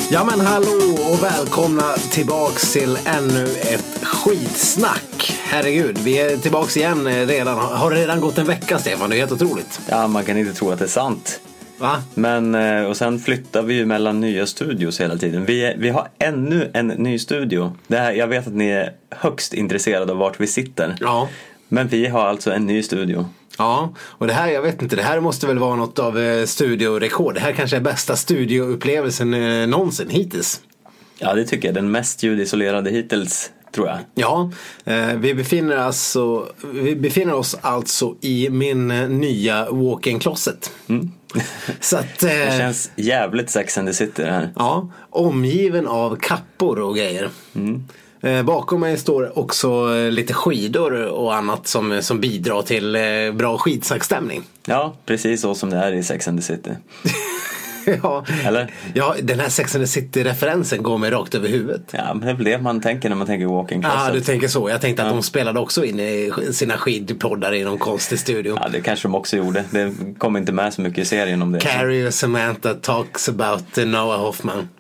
Ja men hallå och välkomna tillbaks till ännu ett skitsnack. Herregud, vi är tillbaks igen redan. Har det redan gått en vecka, Stefan? Det är helt otroligt. Ja, man kan inte tro att det är sant. Va? Men, och sen flyttar vi ju mellan nya studios hela tiden. Vi har ännu en ny studio. Jag vet att ni är högst intresserade av vart vi sitter. Ja. Men vi har alltså en ny studio. Ja, och det här, jag vet inte, det här måste väl vara något av studiorekord. Det här kanske är bästa studioupplevelsen någonsin hittills. Ja, det tycker jag. Den mest ljudisolerade hittills, tror jag. Ja, vi befinner oss alltså i min nya walk-in closet. Mm. Så att, det känns jävligt Sex and the City det här. Ja, omgiven av kappor och grejer. Mm. Bakom mig står också lite skidor och annat som bidrar till bra skidsackstämning. Ja, precis så som det är i Sex and the City. Ja. Eller? Ja, den här Sex and the City-referensen går mig rakt över huvudet. Ja, men det är väl det man tänker när man tänker walk-in closet. Ja, du tänker så. Jag tänkte att de spelade också in i sina skidpoddar i någon konstig studio. Ja, det kanske de också gjorde. Det kom inte med så mycket i serien om det. Carrie och Samantha talks about Noah Hoffman.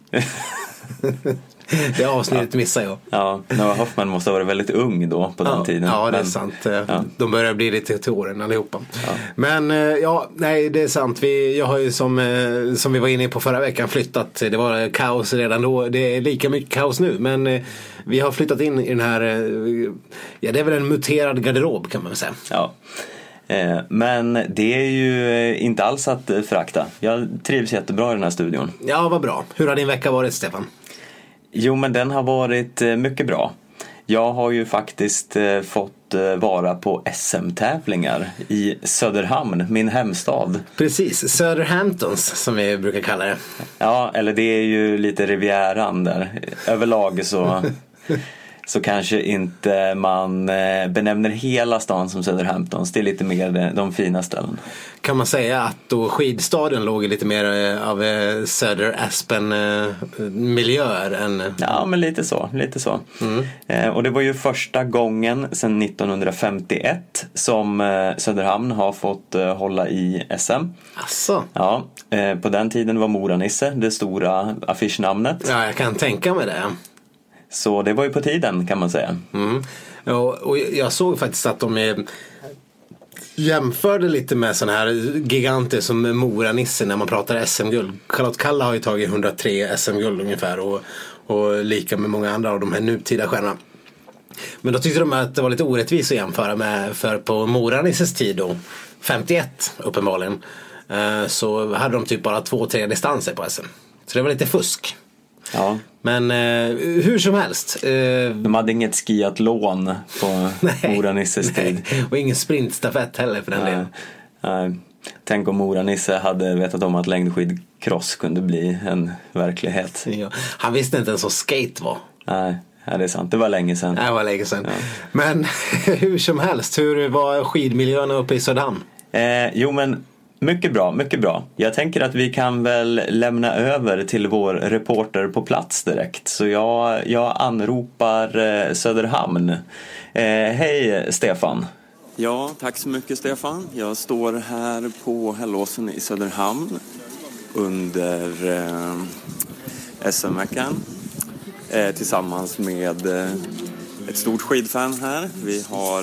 Det avsnittet missar jag. Ja, Noah Hoffman måste ha varit väldigt ung då på den tiden. Ja, det är sant. Ja. De börjar bli lite till åren allihopa. Ja. Men ja, nej, det är sant. Jag har ju som vi var inne på förra veckan flyttat. Det var kaos redan då. Det är lika mycket kaos nu. Men vi har flyttat in i den här, ja, det är väl en muterad garderob kan man väl säga. Ja. Men det är ju inte alls att förakta. Jag trivs jättebra i den här studion. Ja, vad bra. Hur har din vecka varit, Stefan? Jo, men den har varit mycket bra. Jag har ju faktiskt fått vara på SM-tävlingar i Söderhamn, min hemstad. Precis, Söderhamptons som vi brukar kalla det. Ja, eller det är ju lite Rivieran där. Överlag så kanske inte man benämner hela stan som Söderhamptons. Det är lite mer de fina ställen. Kan man säga att då skidstaden låg lite mer av Söder-Aspen-miljöer än... Ja, men lite så. Mm. Och det var ju första gången sedan 1951 som Söderhamn har fått hålla i SM. Asså? Ja, på den tiden var Mora-Nisse det stora affischnamnet. Ja, jag kan tänka mig det. Så det var ju på tiden kan man säga. Mm. Och jag såg faktiskt att de jämförde lite med sådana här giganter som Mora-Nisse när man pratar SM-guld. Charlotte Kalla har ju tagit 103 SM-guld ungefär och lika med många andra av de här nutida stjärnorna. Men då tyckte de att det var lite orättvist att jämföra med, för på Mora-Nisses tid då, 51 uppenbarligen, så hade de typ bara 2-3 distanser på SM. Så det var lite fusk. Ja. Men hur som helst, de hade inget skiathlon på Mora-Nisses tid. Och ingen sprintstafett heller för den delen. Tänk om Mora-Nisse hade vetat om att längdskidcross kunde bli en verklighet. Ja. Han visste inte ens vad skate var. Nej, det är sant. Det var länge sedan. Det var länge sedan. Ja. Men hur som helst, hur var skidmiljön uppe i Söderhamn? Jo, men mycket bra. Jag tänker att vi kan väl lämna över till vår reporter på plats direkt. Så jag anropar Söderhamn. Hej Stefan. Ja, tack så mycket Stefan. Jag står här på Hällåsen i Söderhamn under SM-veckan tillsammans med ett stort skidfan här. Vi har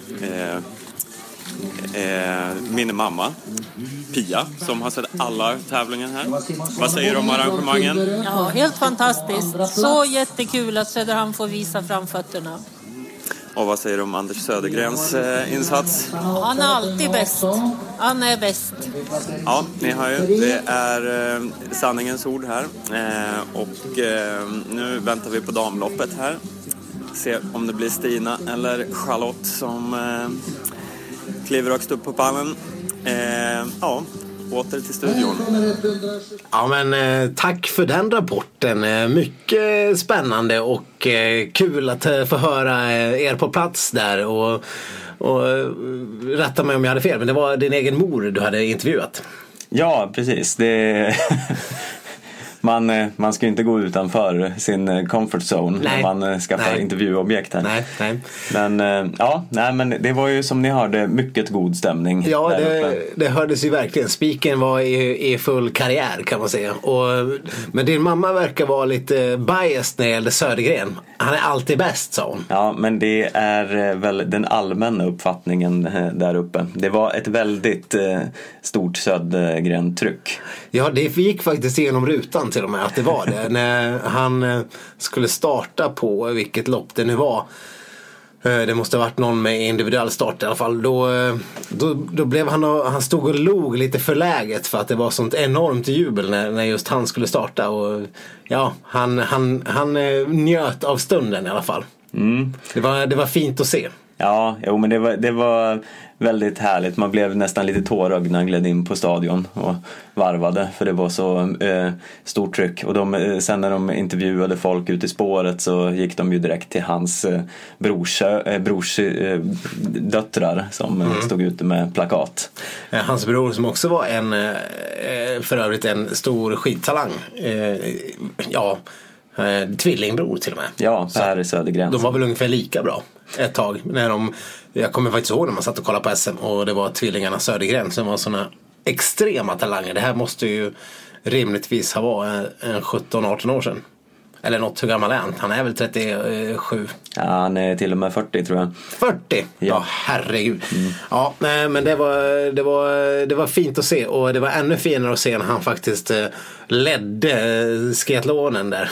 min mamma Pia som har sett alla tävlingar här. Vad säger du om arrangemangen? Ja, helt fantastiskt. Så jättekul att Söderhamn får visa framfötterna. Och vad säger du om Anders Södergrens insats? Han är alltid bäst. Han är bäst. Ja, ni har ju. Det är sanningens ord här. Och nu väntar vi på damloppet här. Se om det blir Stina eller Charlotte som kliver högst upp på pallen. Ja, åter till studion. Ja, men tack för den rapporten. Mycket spännande och kul att få höra er på plats där. Och rätta mig om jag hade fel, men det var din egen mor du hade intervjuat. Ja, precis. man ska ju inte gå utanför sin comfort zone när man skaffar intervjuobjekt här. Nej. Men men det var ju som ni hörde mycket god stämning. Ja, det hördes ju verkligen. Spiken var i full karriär kan man säga. Men din mamma verkar vara lite biased när det gäller Södergren. Han är alltid bäst, sa hon. Ja, men det är väl den allmänna uppfattningen där uppe. Det var ett väldigt stort Södergren-tryck. Ja, det gick faktiskt igenom rutan till och med att det var det. När han skulle starta på vilket lopp det nu var. Det måste ha varit någon med individuell start i alla fall. Då blev han stod och log lite för läget för att det var sånt enormt jubel när just han skulle starta. Och ja, han njöt av stunden i alla fall. Det var fint att se. Ja, men det var väldigt härligt. Man blev nästan lite tårögd när han gled in på stadion och varvade, för det var så stort tryck. Och sen när de intervjuade folk ute i spåret så gick de ju direkt till hans brors döttrar som stod ute med plakat. Hans bror som också var för övrigt en stor skidtalang. Tvillingbror till och med. Ja, Per Södergren. De var väl ungefär lika bra ett tag jag kommer faktiskt ihåg när man satt och kollade på SM och det var tvillingarna Södergren som var såna extrema talanger. Det här måste ju rimligtvis ha varit 17-18 år sedan. Eller något, hur gammal är han? Han är väl 37? Ja, han är till och med 40 tror jag. 40? Ja, herregud. Ja, men det var fint att se. Och det var ännu finare att se när han faktiskt ledde skiathlonen där.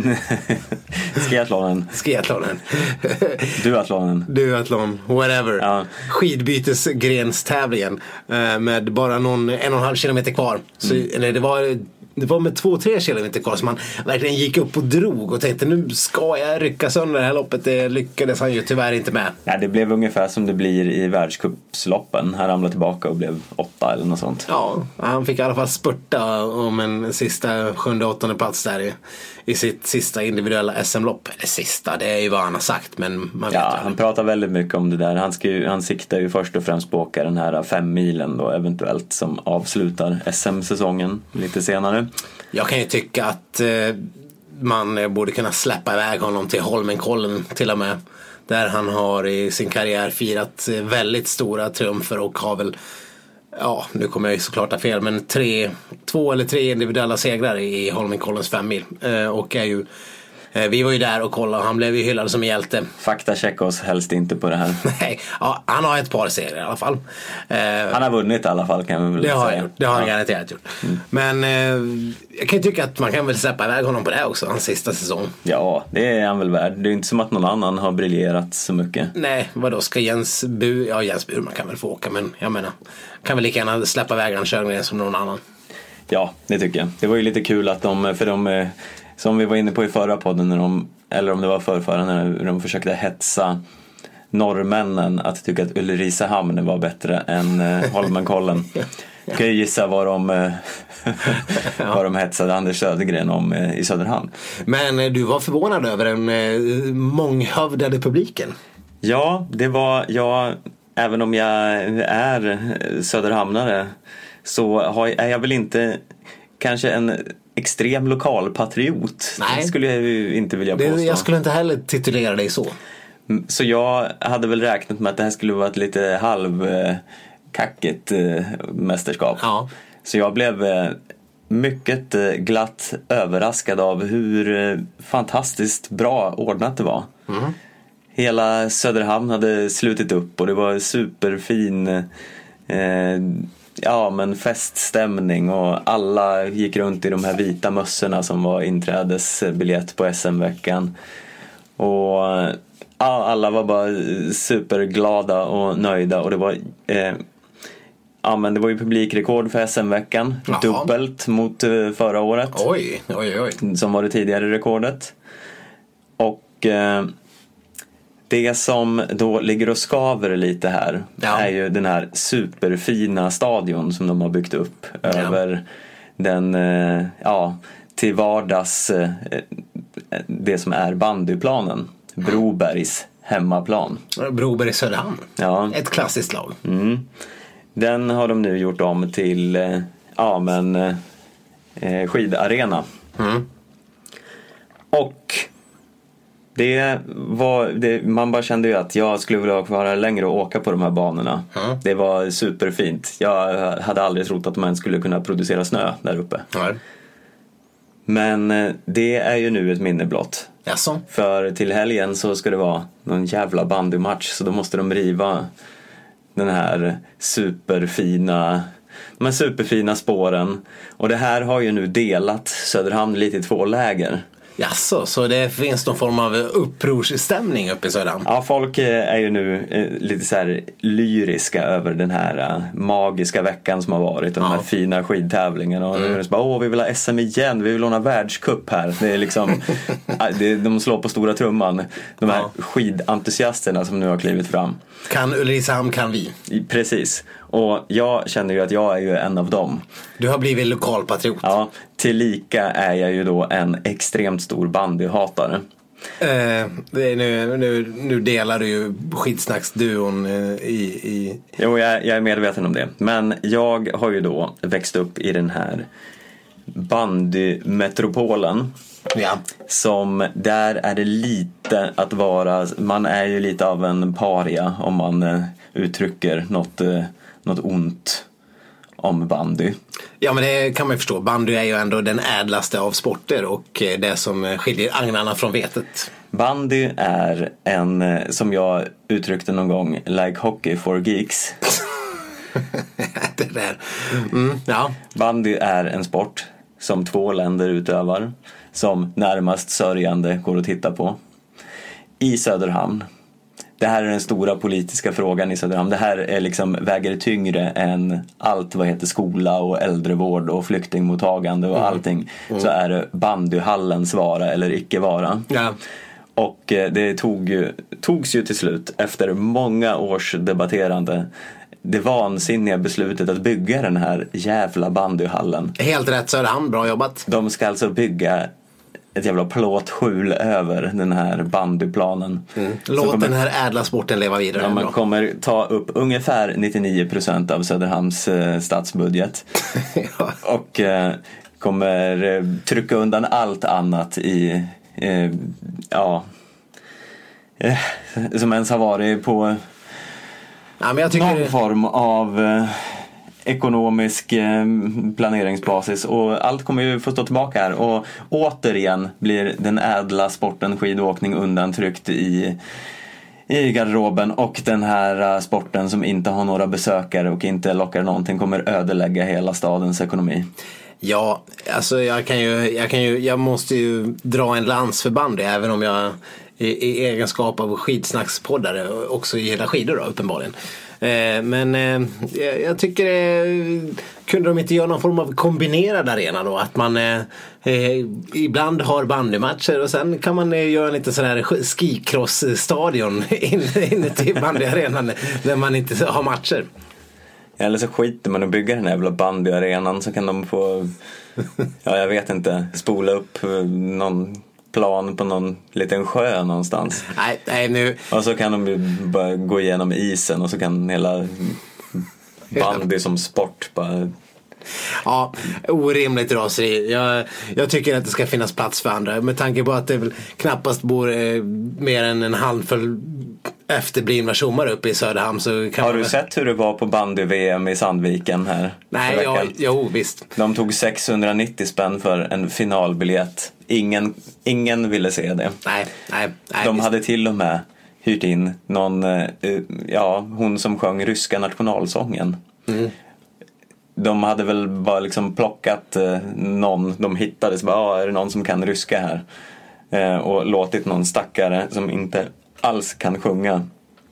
Skiathlonen. Duathlon, whatever. Ja. Skidbytesgrenstävlingen med bara 1,5 kilometer kvar. Så, eller det var med 2-3 kilometer kvar som man verkligen gick upp och drog och tänkte nu ska jag rycka sönder det här loppet. Det lyckades han ju tyvärr inte med. Ja, det blev ungefär som det blir i världscupsloppen. Han ramlade tillbaka och blev 8 eller något sånt. Ja, han fick i alla fall spurta om en sista 7-8 plats där i sitt sista individuella SM-lopp. Eller sista, det är ju vad han har sagt, men man vet han pratar väldigt mycket om det där. Han siktar ju först och främst på att åka den här 5 milen då eventuellt som avslutar SM-säsongen lite senare. Jag kan ju tycka att man borde kunna släppa iväg honom till Holmenkollen till och med. Där han har i sin karriär firat väldigt stora triumfer och har väl, ja, nu kommer jag ju såklart ha fel, men 2 eller 3 individuella segrar i Holmenkollens 5 mil. Och är ju, vi var ju där och kollade och han blev ju hyllad som en hjälte. Fakta checka oss helst inte på det här. Nej, ja, han har ett par serier i alla fall. Han har vunnit i alla fall kan vi väl säga. Det har han garanterat gjort. Men jag kan ju tycka att man kan väl släppa iväg honom på det också, hans sista säsong. Ja, det är han väl värd. Det är inte som att någon annan har briljerat så mycket. Nej, vadå, ska Jens Burman kan väl få åka, men jag menar, kan väl lika gärna släppa iväg han körningen som någon annan. Ja, det tycker jag. Det var ju lite kul att de som vi var inne på i förra podden eller om det var förra när de försökte hetsa norrmännen att tycka att Ulricehamn var bättre än Holmenkollen. Jag kan ju gissa vad de hetsade Anders Södergren om i Söderhamn. Men du var förvånad över den månghövdade publiken. Ja, det var jag. Även om jag är söderhamnare så är jag väl inte kanske en extrem lokalpatriot. Nej. Det skulle jag ju inte vilja påstå. Jag skulle inte heller titulera dig så. Så jag hade väl räknat med att det här skulle vara ett lite halvkackigt mästerskap. Ja. Så jag blev mycket glatt överraskad av hur fantastiskt bra ordnat det var. Hela Söderhamn hade slutit upp och det var superfin feststämning och alla gick runt i de här vita mössorna som var inträdesbiljett på SM-veckan. Och alla var bara superglada och nöjda och det var men det var ju publikrekord för SM-veckan. Jaha. Dubbelt mot förra året. Oj. Som var det tidigare rekordet. Och det som då ligger och skaver lite här är ju den här superfina stadion som de har byggt upp över den till vardags det som är bandyplanen. Brobergs hemmaplan. Broberg i Söderhamn. Ja. Ett klassiskt lag. Den har de nu gjort om till skidarena. Och man bara kände ju att jag skulle vilja vara längre och åka på de här banorna. Det var superfint. Jag hade aldrig trott att man skulle kunna producera snö där uppe. Men det är ju nu ett minne blott. Jaså? För till helgen så ska det vara någon jävla bandymatch, så då måste de riva den här de här superfina spåren. Och det här har ju nu delat Söderhamn lite i 2 läger. Jaså, så det finns någon form av upprorsstämning uppe i Söderhamn? Ja, folk är ju nu lite så här lyriska över den här magiska veckan som har varit. De här fina skidtävlingarna. Och det är så bara, vi vill ha SM igen, vi vill ha världscup här. Det är liksom, de slår på stora trumman. De här skidentusiasterna som nu har klivit fram. Kan Ulricehamn, kan vi. Precis. Och jag känner ju att jag är ju en av dem. Du har blivit lokalpatriot. Ja, tillika är jag ju då en extremt stor bandyhatare. Nu delar du ju skitsnacksduon i... Jo, jag är medveten om det. Men jag har ju då växt upp i den här bandymetropolen. Ja. Som där är det lite att vara, man är ju lite av en paria om man uttrycker något ont om bandy. Ja, men det kan man ju förstå. Bandy är ju ändå den ädlaste av sporter och det som skiljer agnarna från vetet. Bandy är som jag uttryckte någon gång, like hockey for geeks. Det där. Ja. Bandy är en sport som 2 länder utövar, som närmast sörjande går att titta på. I Söderhamn. Det här är den stora politiska frågan i Söderhamn. Det här är liksom, väger tyngre än allt vad heter skola och äldrevård och flyktingmottagande och allting. Så är det bandyhallens vara eller icke vara. Ja. Och det togs ju till slut efter många års debatterande det vansinniga beslutet att bygga den här jävla bandyhallen. Helt rätt, Söderhamn, bra jobbat. De ska alltså bygga ett jävla plåtskjul över den här bandyplanen. Låt den här ädla sporten leva vidare. Ja, man kommer ta upp ungefär 99% av Söderhamns statsbudget. Ja. Och kommer trycka undan allt annat som ens har varit på men jag tycker någon form av ekonomisk planeringsbasis, och allt kommer ju få stå tillbaka här, och återigen blir den ädla sporten skidåkning undantryckt i garderoben, och den här sporten som inte har några besökare och inte lockar någonting kommer ödelägga hela stadens ekonomi. Ja, alltså jag måste ju dra en lans för bandy, även om jag i egenskap av skidsnackspoddare också gillar skidor då, uppenbarligen. Men jag tycker kunde de inte göra någon form av kombinerad arena då, att man ibland har bandymatcher och sen kan man göra lite sån här skikross-stadion inne till bandyarenan när man inte har matcher. Eller så skiter man och bygger den här jävla bandyarenan, så kan de få jag vet inte, spola upp någon plan på någon liten sjö någonstans. Nej, nu. Och så kan de ju bara gå igenom isen, och så kan hela bandy som sport bara... Ja, orimligt raseri. Jag tycker att det ska finnas plats för andra, med tanke på att det väl knappast bor mer än en handfull efterblivna tjommar uppe i Söderhamn. Så kan har du sett hur det var på bandy-VM i Sandviken här? Nej, jo, visst. De tog 690 spänn för en finalbiljett. Ingen ville se det. Nej, de visst. hade till och med hyrt in någon, hon som sjöng ryska nationalsången. De hade väl bara liksom plockat någon de hittade, så bara, är det någon som kan ryska här? Och låtit någon stackare som inte alls kan sjunga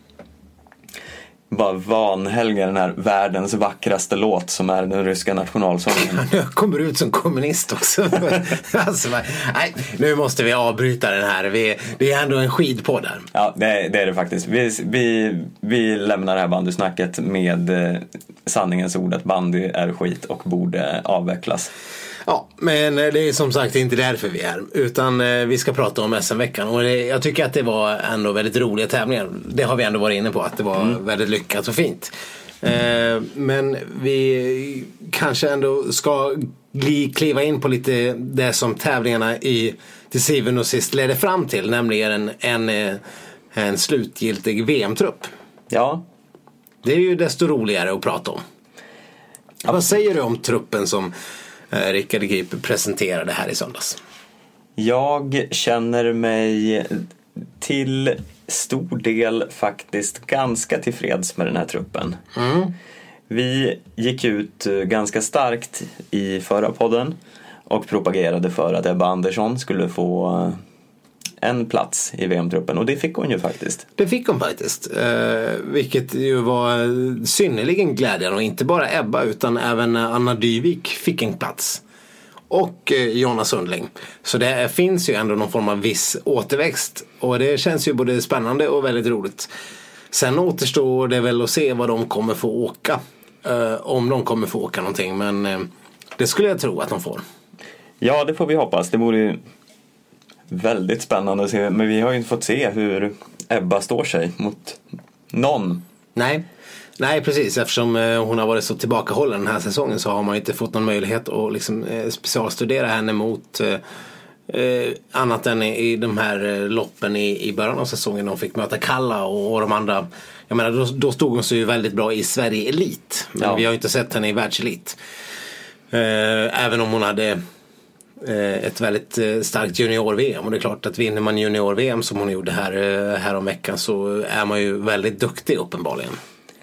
bara vanhelga den här världens vackraste låt som är den ryska nationalsången. Nu kommer du ut som kommunist också. Alltså, nej, nu måste vi avbryta den här. Det är ändå en skidpodd här. Ja, det är det faktiskt. Vi lämnar det här bandysnacket med sanningens ord att bandy är skit och borde avvecklas. Ja, men det är som sagt inte därför vi är, utan vi ska prata om SM-veckan, och jag tycker att det var ändå väldigt roliga tävlingar. Det har vi ändå varit inne på, att det var väldigt lyckat och fint. Men vi kanske ändå ska kliva in på lite det som tävlingarna till syvende och sist leder fram till, nämligen en slutgiltig VM-trupp. Ja. Det är ju desto roligare att prata om. Vad säger du om truppen som Rickard Grip presenterade här i söndags? Jag känner mig till stor del faktiskt ganska tillfreds med den här truppen. Vi gick ut ganska starkt i förra podden och propagerade för att Ebba Andersson skulle få en plats i VM-truppen, och det fick hon ju faktiskt. Det fick hon faktiskt, vilket ju var synnerligen glädjande, och inte bara Ebba utan även Anna Dyvik fick en plats. Och Jonas Sundling. Så det finns ju ändå någon form av viss återväxt, och det känns ju både spännande och väldigt roligt. Sen återstår det väl att se vad de kommer få åka, om de kommer få åka någonting, men det skulle jag tro att de får. Ja, det får vi hoppas. Det vore ju väldigt spännande att se, men vi har ju inte fått se hur Ebba står sig mot någon. Nej, precis. Eftersom hon har varit så tillbakahållen den här säsongen, så har man inte fått någon möjlighet att liksom specialstudera henne mot annat än i de här loppen i början av säsongen. De fick möta Kalla och de andra. Jag menar, då stod hon så ju väldigt bra i Sverige Elit. Men vi har ju inte sett henne i världselit. Även om hon hade ett väldigt starkt junior-VM, och det är klart att vinner man junior-VM som hon gjorde här om veckan, så är man ju väldigt duktig uppenbarligen.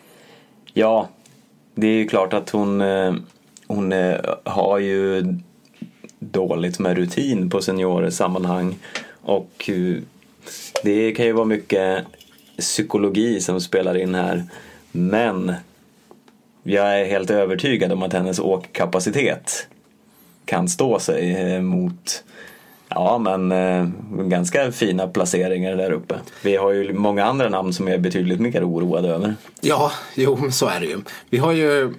Ja, det är ju klart att hon har ju dåligt med rutin på seniorsammanhang, och det kan ju vara mycket psykologi som spelar in här, men jag är helt övertygad om att hennes åkkapacitet kan stå sig mot ganska fina placeringar där uppe. Vi har ju många andra namn som är betydligt mer oroade över. Ja, jo, så är det ju. Vi har ju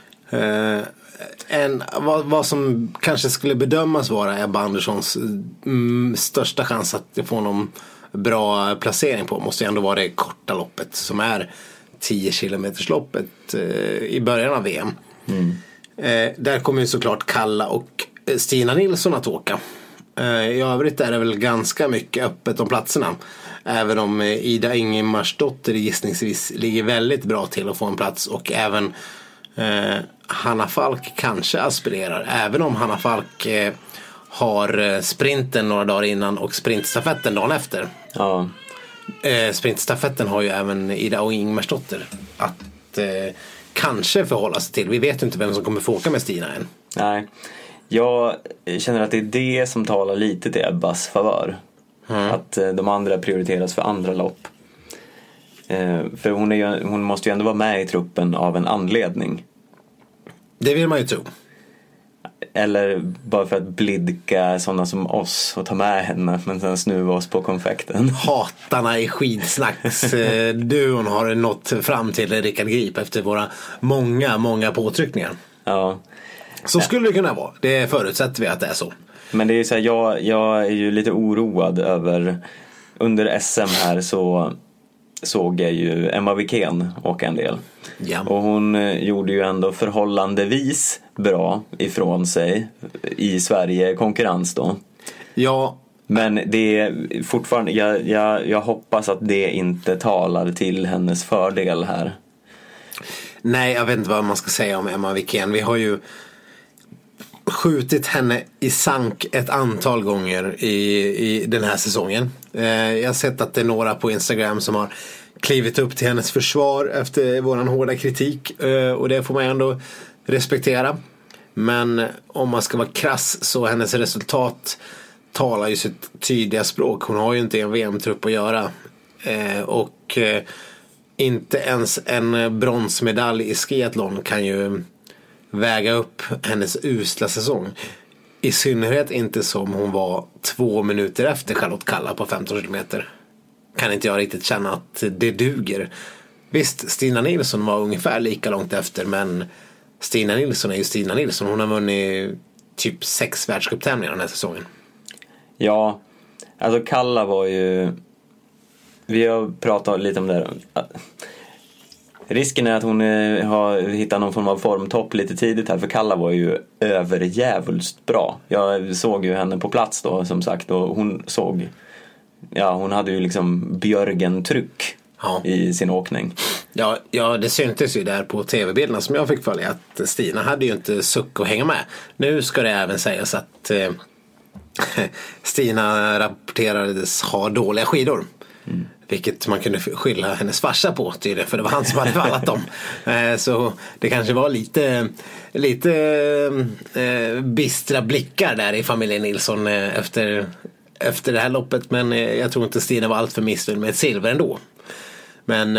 vad som kanske skulle bedömas vara Ebba Anderssons största chans att få någon bra placering på, måste ju ändå vara det korta loppet som är 10 kilometersloppet i början av VM. Där kommer ju såklart Kalla och Stina Nilsson att åka. I övrigt är det väl ganska mycket öppet om platserna, även om Ida Ingemarsdotter gissningsvis ligger väldigt bra till att få en plats, och även Hanna Falk kanske aspirerar, även om Hanna Falk har sprinten några dagar innan och sprintstafetten dagen efter. Ja. Sprintstafetten har ju även Ida och Ingemarsdotter att kanske förhålla sig till. Vi vet ju inte vem som kommer få åka med Stina än. Nej, jag känner att det är det som talar lite till Ebbas favör. Att de andra prioriteras för andra lopp. För hon måste ju ändå vara med i truppen av en anledning. Det vill man ju tro. Eller bara för att blidka sådana som oss och ta med henne, men sen snuva oss på konfekten. Hatarna i skidsnacks duon har nått fram till Rickard Grip efter våra många påtryckningar. Ja. Så skulle det kunna vara. Det förutsätter vi att det är så. Men det är ju så här, jag är ju lite oroad över, under SM här så såg jag ju Emma Wikén åka en del. Ja. Och hon gjorde ju ändå förhållandevis bra ifrån sig i Sverige konkurrens då. Ja. Men det är fortfarande, jag hoppas att det inte talar till hennes fördel här. Nej, jag vet inte vad man ska säga om Emma Wikén. Vi har ju skjutit henne i sank ett antal gånger i den här säsongen. Jag har sett att det är några på Instagram som har klivit upp till hennes försvar efter våran hårda kritik, och det får man ändå respektera. Men om man ska vara krass, så hennes resultat talar ju sitt tydliga språk. Hon har ju inte en VM-trupp att göra, och inte ens en bronsmedalj i skiathlon kan ju väga upp hennes usla säsong. I synnerhet inte som hon var 2 minuter efter Charlotte Kalla på 15 kilometer. Kan inte jag riktigt känna att det duger. Visst, Stina Nilsson var ungefär lika långt efter, men Stina Nilsson är ju Stina Nilsson. Hon har vunnit typ 6 världscuptävlingar den här säsongen. Ja, alltså Kalla var ju... Vi har pratat lite om det här. Risken är att hon har hittat någon form av formtopp lite tidigt här, för Kalla var ju överjävulst bra. Jag såg ju henne på plats då, som sagt, och hon hade ju liksom Björgen-tryck i sin åkning. Ja, det syntes ju där på tv-bilderna som jag fick följa att Stina hade ju inte suck att hänga med. Nu ska det även sägas att Stina rapporterades ha dåliga skidor. Vilket man kunde skylla hennes farsa på tydligen, för det var han som hade vallat dem. Så det kanske var lite bistra blickar där i familjen Nilsson efter det här loppet. Men jag tror inte Stina var allt för missnöjd med ett silver ändå. Men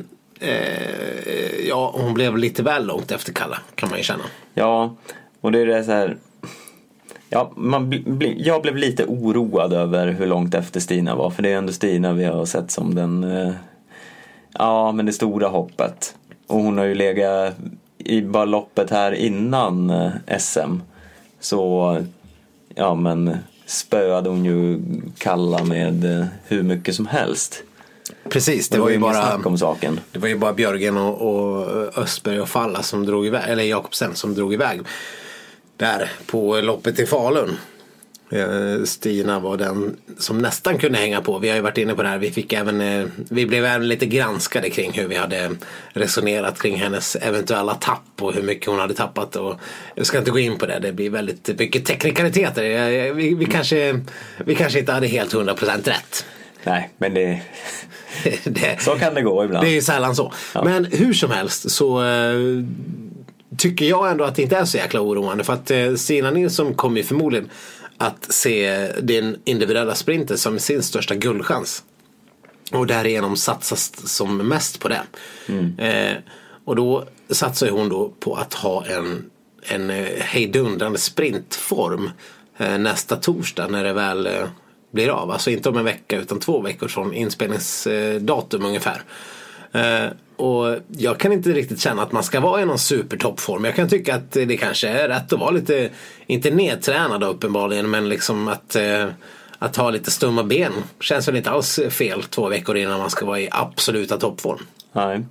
hon blev lite väl långt efter Kalla, kan man ju känna. Ja, och det är det så här. Ja, jag blev lite oroad över hur långt efter Stina var. För det är ändå Stina vi har sett som men det stora hoppet. Och hon har ju legat i bara loppet här innan SM. Så spöade hon ju Kalla med hur mycket som helst. Precis, det var ju bara snack om saken. Det var ju bara Björgen och Östberg och Falla som drog iväg, eller Jakobsen som drog iväg där på loppet i Falun. Stina var den som nästan kunde hänga på. Vi har ju varit inne på det här. Vi blev även lite granskade kring hur vi hade resonerat kring hennes eventuella tapp och hur mycket hon hade tappat. Och jag ska inte gå in på det. Det blir väldigt mycket teknikaliteter. Vi kanske inte hade helt 100% rätt. Nej, men så kan det gå ibland. Det är ju sällan så. Ja. Men hur som helst så tycker jag ändå att det inte är så jäkla oroande. För att Stina Nilsson kommer ju förmodligen att se den individuella sprinten som sin största guldchans. Och därigenom satsas som mest på det. Och då satsar hon då på att ha en hejdundrande sprintform nästa torsdag när det väl blir av. Alltså inte om en vecka utan 2 veckor från inspelningsdatum ungefär. Och jag kan inte riktigt känna att man ska vara i någon supertoppform. Jag kan tycka att det kanske är rätt att vara lite, inte nedtränad uppenbarligen, men liksom att ha lite stumma ben känns väl inte alls fel 2 veckor innan man ska vara i absoluta toppform. Nej.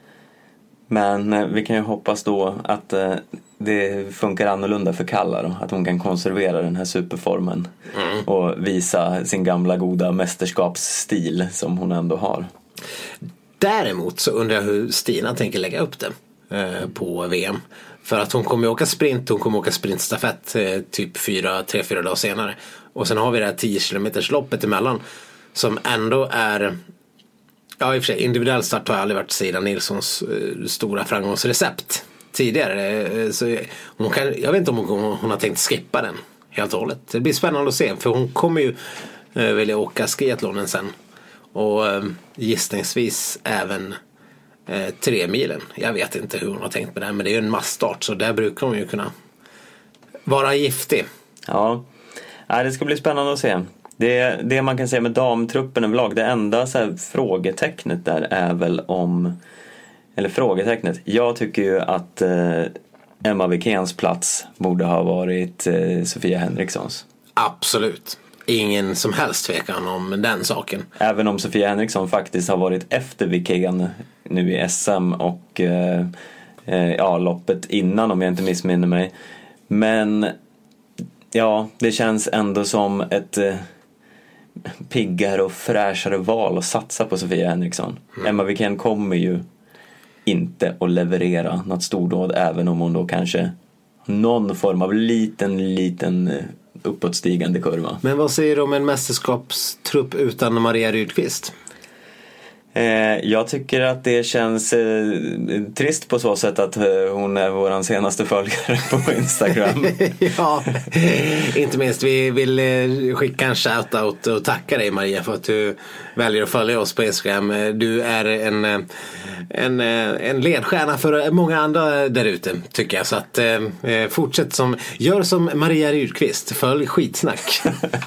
Men vi kan ju hoppas då att det funkar annorlunda för Kalla då, att hon kan konservera den här superformen och visa sin gamla goda mästerskapsstil som hon ändå har. Däremot så undrar jag hur Stina tänker lägga upp det på VM. För att hon kommer åka sprint, hon kommer åka sprintstafett typ 3-4 dagar senare. Och sen har vi det här 10 kilometers loppet emellan som ändå är, ja i och för sig individuell start har aldrig varit Stina Nilssons stora framgångsrecept tidigare. Så jag vet inte om hon har tänkt skippa den helt och hållet. Det blir spännande att se, för hon kommer ju vilja åka skiathlonen sen. Och gissningsvis även 3 milen. Jag vet inte hur hon har tänkt med det, men det är ju en massstart, så där brukar hon ju kunna vara giftig. Ja, det ska bli spännande att se. Det man kan säga med damtruppen överlag, det enda så här frågetecknet där är väl frågetecknet. Jag tycker ju att Emma Wikéns plats borde ha varit Sofia Henrikssons. Absolut. Ingen som helst tvekan om den saken. Även om Sofia Henriksson faktiskt har varit efter Wikén nu i SM och loppet innan, om jag inte missminner mig. Men ja, det känns ändå som ett piggare och fräschare val att satsa på Sofia Henriksson. Emma Wikén kommer ju inte att leverera något stordåd, även om hon då kanske någon form av liten uppåtstigande kurva. Men vad säger du om en mästerskapstrupp utan Maria Rydqvist? Jag tycker att det känns trist på så sätt att hon är våran senaste följare på Instagram. Ja, inte minst. Vi vill skicka en shoutout och tacka dig, Maria, för att du väljer att följa oss på Instagram. Du är en ledstjärna för många andra där ute, tycker jag. Så att fortsätt gör som Maria Rydqvist. Följ skitsnack.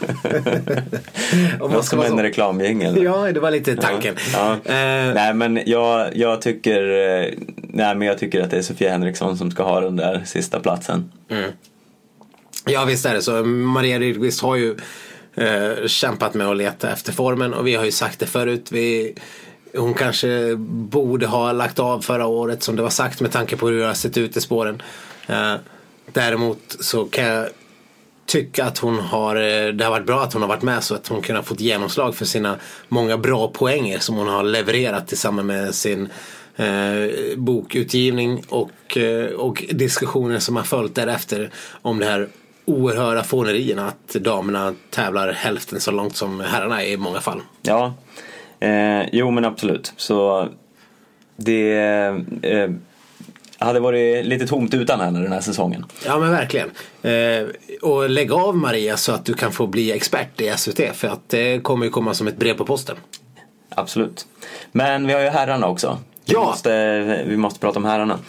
Vad som en reklamgängel. Ja, det var lite tanken. Ja. Nej, men jag tycker att det är Sofia Henriksson som ska ha den där sista platsen. Ja, visst är det så. Maria Rydqvist har ju kämpat med att leta efter formen, och vi har ju sagt det förut. hon kanske borde ha lagt av förra året som det var sagt med tanke på hur det har sett ut i spåren. Däremot så kan jag tycka att det har varit bra att hon har varit med så att hon kunnat fått genomslag för sina många bra poänger som hon har levererat tillsammans med sin bokutgivning och diskussioner som har följt därefter om det här oerhörda fånerierna att damerna tävlar hälften så långt som herrarna i många fall. Ja, jo men absolut. Så det hade varit lite tomt utan henne den här säsongen. Ja men verkligen. Och lägg av Maria så att du kan få bli expert i SVT för att det kommer ju komma som ett brev på posten. Absolut. Men vi har ju herrarna också. Vi måste prata om herrarna.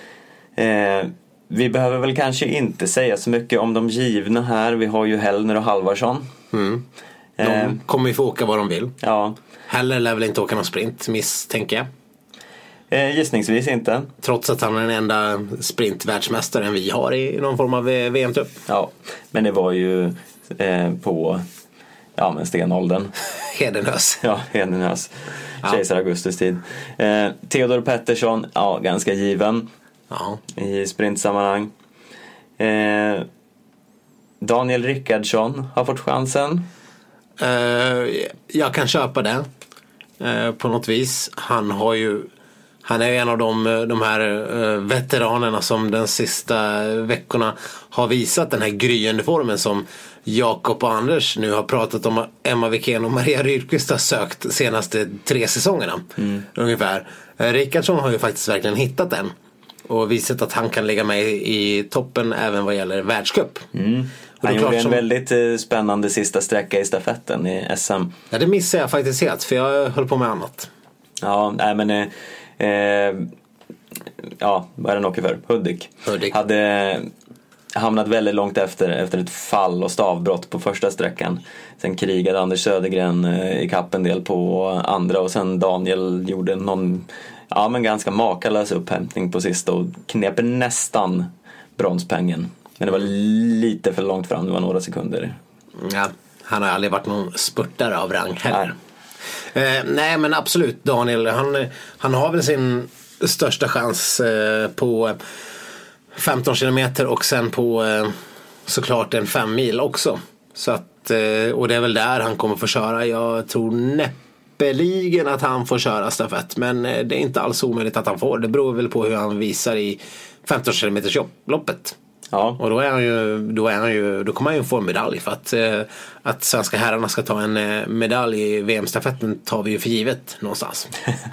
Vi behöver väl kanske inte säga så mycket om de givna här. Vi har ju Hellner och Halvarsson. De kommer ju få åka vad de vill. Ja. Heller lär väl inte åka någon sprint, misstänker jag. Gissningsvis inte. Trots att han är den enda sprintvärldsmästaren vi har i någon form av VM-tupp. Ja, men det var ju på stenåldern. Hedenhös. Ja, Hedenhös. Kejsar Augustus tid. Theodor Pettersson, ganska given i sprintsammanhang. Daniel Rickardsson har fått chansen. Jag kan köpa det på något vis. Han är ju en av de här veteranerna som den sista veckorna har visat den här gryende formen som Jakob och Anders nu har pratat om. Emma Wikén och Maria Rydqvist har sökt senaste 3 säsongerna ungefär. Rickardsson har ju faktiskt verkligen hittat den och visat att han kan ligga med i toppen även vad gäller världscup. Han gjorde en väldigt spännande sista sträcka i stafetten i SM. Ja, det missade jag faktiskt helt för jag höll på med annat. Ja, nej men vad är den åker för? Hudik. Hade hamnat väldigt långt efter ett fall och stavbrott på första sträckan. Sen krigade Anders Södergren i kappen del på andra och sen Daniel gjorde någon ganska makalös upphämtning på sista och knep nästan bronspengen. Men det var lite för långt fram, det var några sekunder. Ja, han har aldrig varit någon spurtare av rang heller. Nej men absolut, Daniel han har väl sin största chans på 15 kilometer och sen på såklart en 5 mil också. Så att, och det är väl där han kommer få köra. Jag tror näppeligen att han får köra stafett, men det är inte alls omöjligt att han får. Det beror väl på hur han visar i 15 kilometers loppet. Ja. Och då kommer han ju få en medalj för att svenska herrarna ska ta en medalj i VM-stafetten tar vi ju för givet någonstans.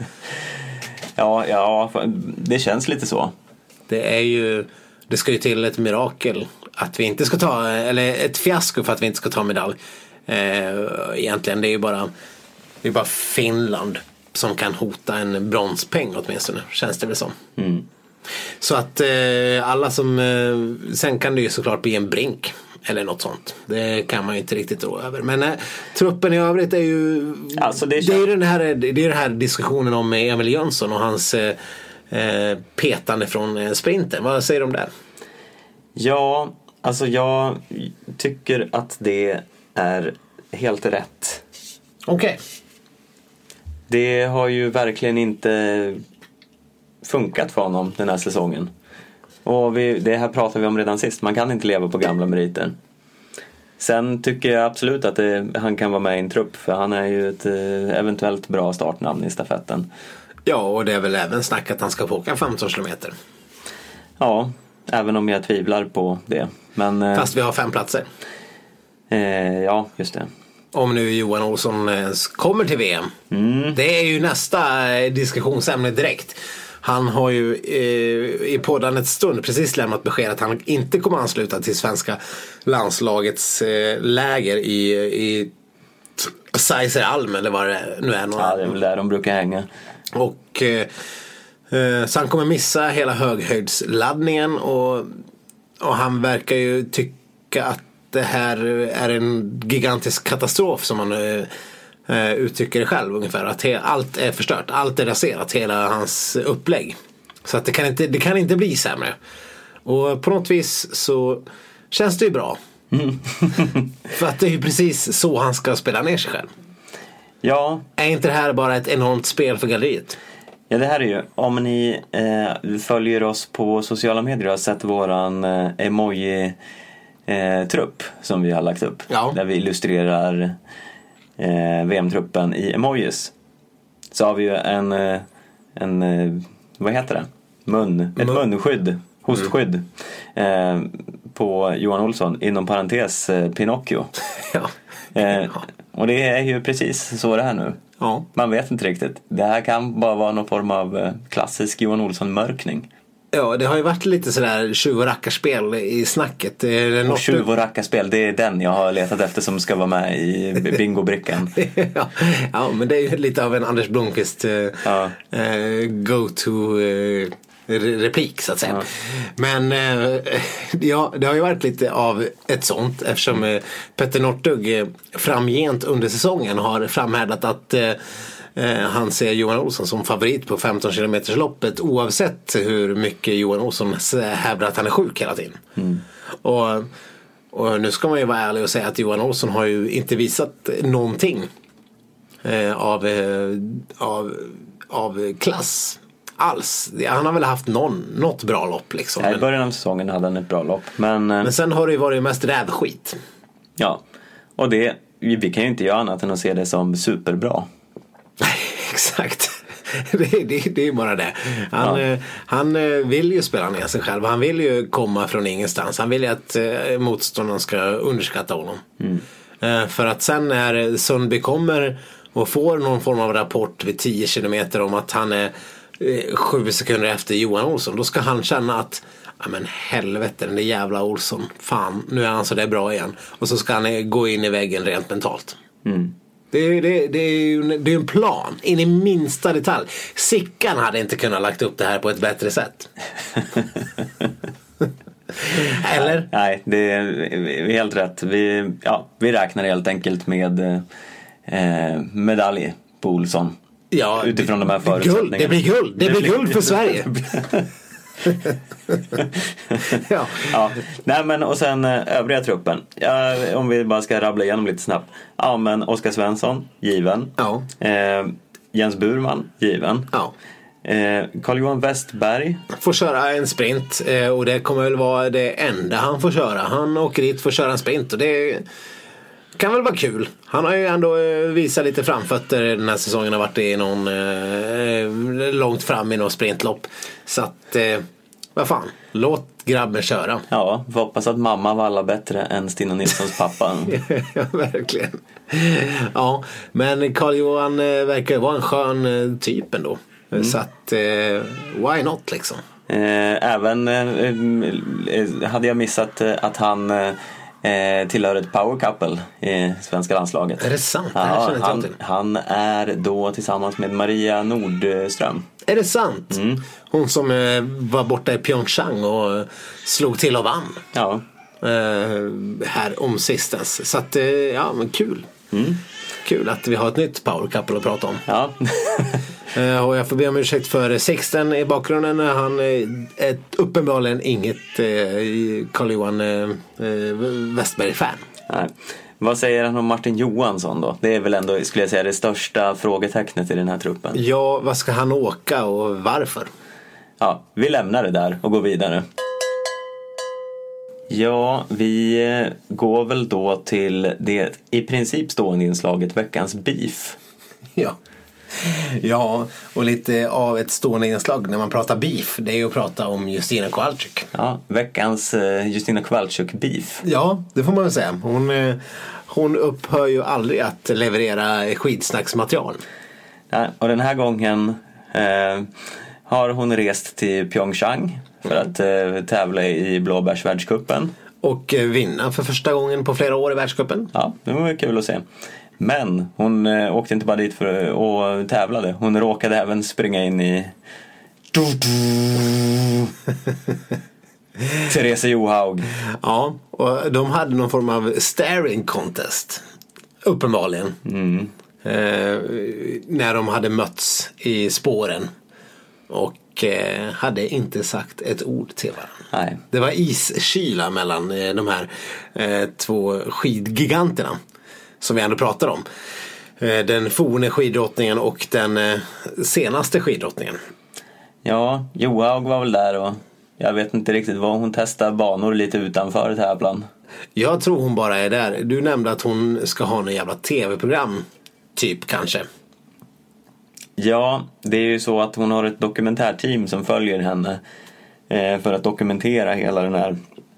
Ja, det känns lite så. Det ska ju till ett mirakel att vi inte ska ta, eller ett fiasko för att vi inte ska ta medalj. Egentligen det är ju bara Finland som kan hota en bronspeng åtminstone, känns det väl som. Så att alla som sen kan det ju såklart bli en brink eller något sånt. Det kan man ju inte riktigt rå över. Men truppen i övrigt är ju det är den här diskussionen om Emil Jönsson och hans petande från sprinten. Vad säger du om det? Ja, alltså jag tycker att det är helt rätt. Okej. Det har ju verkligen inte funkat för honom den här säsongen. Och det här pratade vi om redan sist. Man kan inte leva på gamla meriter. Sen tycker jag absolut att han kan vara med i en trupp. För han är ju ett eventuellt bra startnamn i stafetten. Ja, och det är väl även snack att han ska få åka 15 kilometer. Ja, även om jag tvivlar på det. Men, fast vi har 5 platser. Ja, just det. Om nu Johan Olsson kommer till VM. Det är ju nästa diskussionsämne direkt. Han har ju i podden ett stund precis lämnat besked att han inte kommer ansluta till svenska landslagets läger i Seiseralm eller vad det nu är. Ja, det är väl där de brukar hänga. Och så han kommer missa hela höghöjdsladdningen och han verkar ju tycka att det här är en gigantisk katastrof som han uttrycker det själv ungefär. Att allt är förstört, allt är raserat, hela hans upplägg. Så att det kan inte bli sämre. Och på något vis så känns det ju bra. För att det är ju precis så han ska spela ner sig själv. Ja. Är inte det här bara ett enormt spel för galleriet? Ja, det här är ju, om ni följer oss på sociala medier och har sett våran emoji-trupp som vi har lagt upp. Ja. Där vi illustrerar VM-truppen i emojis. Så har vi ju en vad heter det? Ett munskydd, hostskydd på Johan Olsson, inom parentes Pinocchio. Ja. Och det är ju precis så det här nu. Ja. Man vet inte riktigt. Det här kan bara vara någon form av klassisk Johan Olsson-mörkning. Ja, det har ju varit lite sådär tjuv- och rackarspel i snacket. Och tjuv- och rackarspel, det är den jag har letat efter som ska vara med i bingobrickan. Ja, men det är ju lite av en Anders Blomqvist go-to replik så att säga. Ja. Men ja, det har ju varit lite av ett sånt eftersom Petter Northug framgent under säsongen har framhärdat att han ser Johan Olsson som favorit på 15 km-loppet oavsett hur mycket Johan Olsson hävdar att han är sjuk hela tiden. Och nu ska man ju vara ärlig och säga att Johan Olsson har ju inte visat någonting av klass alls. Han har väl haft något bra lopp liksom. I början av säsongen hade han ett bra lopp. Men sen har det ju varit mest rävskit. Ja, och vi kan ju inte göra annat än att se det som superbra. Exakt. Det är bara det. Han vill ju spela ner sig själv. Han vill ju komma från ingenstans. Han vill ju att motståndaren ska underskatta honom. För att sen när Sundby kommer och får någon form av rapport vid 10 kilometer om att han är 7 sekunder efter Johan Olsson, då ska han känna att ja men helvete, den där jävla Olsson, fan, nu är han så där bra igen. Och så ska han gå in i väggen rent mentalt. Det är ju en plan in i minsta detalj. Sickan hade inte kunnat lagt upp det här på ett bättre sätt. Eller? Nej, det är helt rätt. Vi räknar helt enkelt med medalj på Olsson. Ja, utifrån de här förutsättningarna. Det blir guld för Sverige. Ja. Nej, men och sen övriga truppen. Om vi bara ska rabbla igenom lite snabbt. Ja, men Oskar Svensson, given. Ja. Jens Burman, given. Ja. Carl-Johan Westberg får köra en sprint och det kommer väl vara det enda han får köra. Han åker dit för att köra en sprint och det kan väl vara kul. Han har ju ändå visat lite framfötter den här säsongen, har varit i någon långt fram i någon sprintlopp. Så att vad fan, låt grabben köra. Ja, vi hoppas att mamma var alla bättre än Stina Nilssons pappa. Ja, verkligen. Ja, men Carl-Johan verkar vara en skön typ ändå. Så att why not liksom. Även hade jag missat att han tillhör ett power couple i svenska landslaget. Är det sant? Ja, han är då tillsammans med Maria Nordström. Är det sant? Hon som var borta i Pyeongchang och slog till och vann. Ja. Här om sistens. Så att ja, men kul. Kul att vi har ett nytt power couple att prata om. Ja. Och jag får be om ursäkt för Sixten i bakgrunden. Han är uppenbarligen inget Carl-Johan Westberg-fan. Nej. Vad säger han om Martin Johansson då? Det är väl ändå, skulle jag säga, det största frågetecknet i den här truppen. Ja, vad ska han åka och varför? Ja, vi lämnar det där och går vidare. Ja, vi går väl då till det i princip stående inslaget veckans beef. Ja, och lite av ett stående inslag när man pratar beef, det är ju att prata om Justina Kowalczyk. Ja, veckans Justina Kowalczyk beef. Ja, det får man väl säga. Hon upphör ju aldrig att leverera skitsnacksmaterial. Ja, och den här gången har hon rest till Pyeongchang för att tävla i blåbärsvärldscupen. Och vinna för första gången på flera år i världscupen. Ja, det var kul att se. Men hon åkte inte bara dit för att tävlade. Hon råkade även springa in i Therese Johaug. Ja, och de hade någon form av staring contest. Uppenbarligen. När de hade mötts i spåren. Och hade inte sagt ett ord till varandra. Nej. Det var iskyla mellan de här två skidgiganterna som vi ändå pratar om. Den forne skidrottningen och den senaste skidrottningen. Ja, Johaug var väl där och jag vet inte riktigt vad hon testar banor lite utanför tävlan. Jag tror hon bara är där. Du nämnde att hon ska ha en jävla tv-program. Typ kanske. Ja, det är ju så att hon har ett dokumentärteam som följer henne för att dokumentera hela den här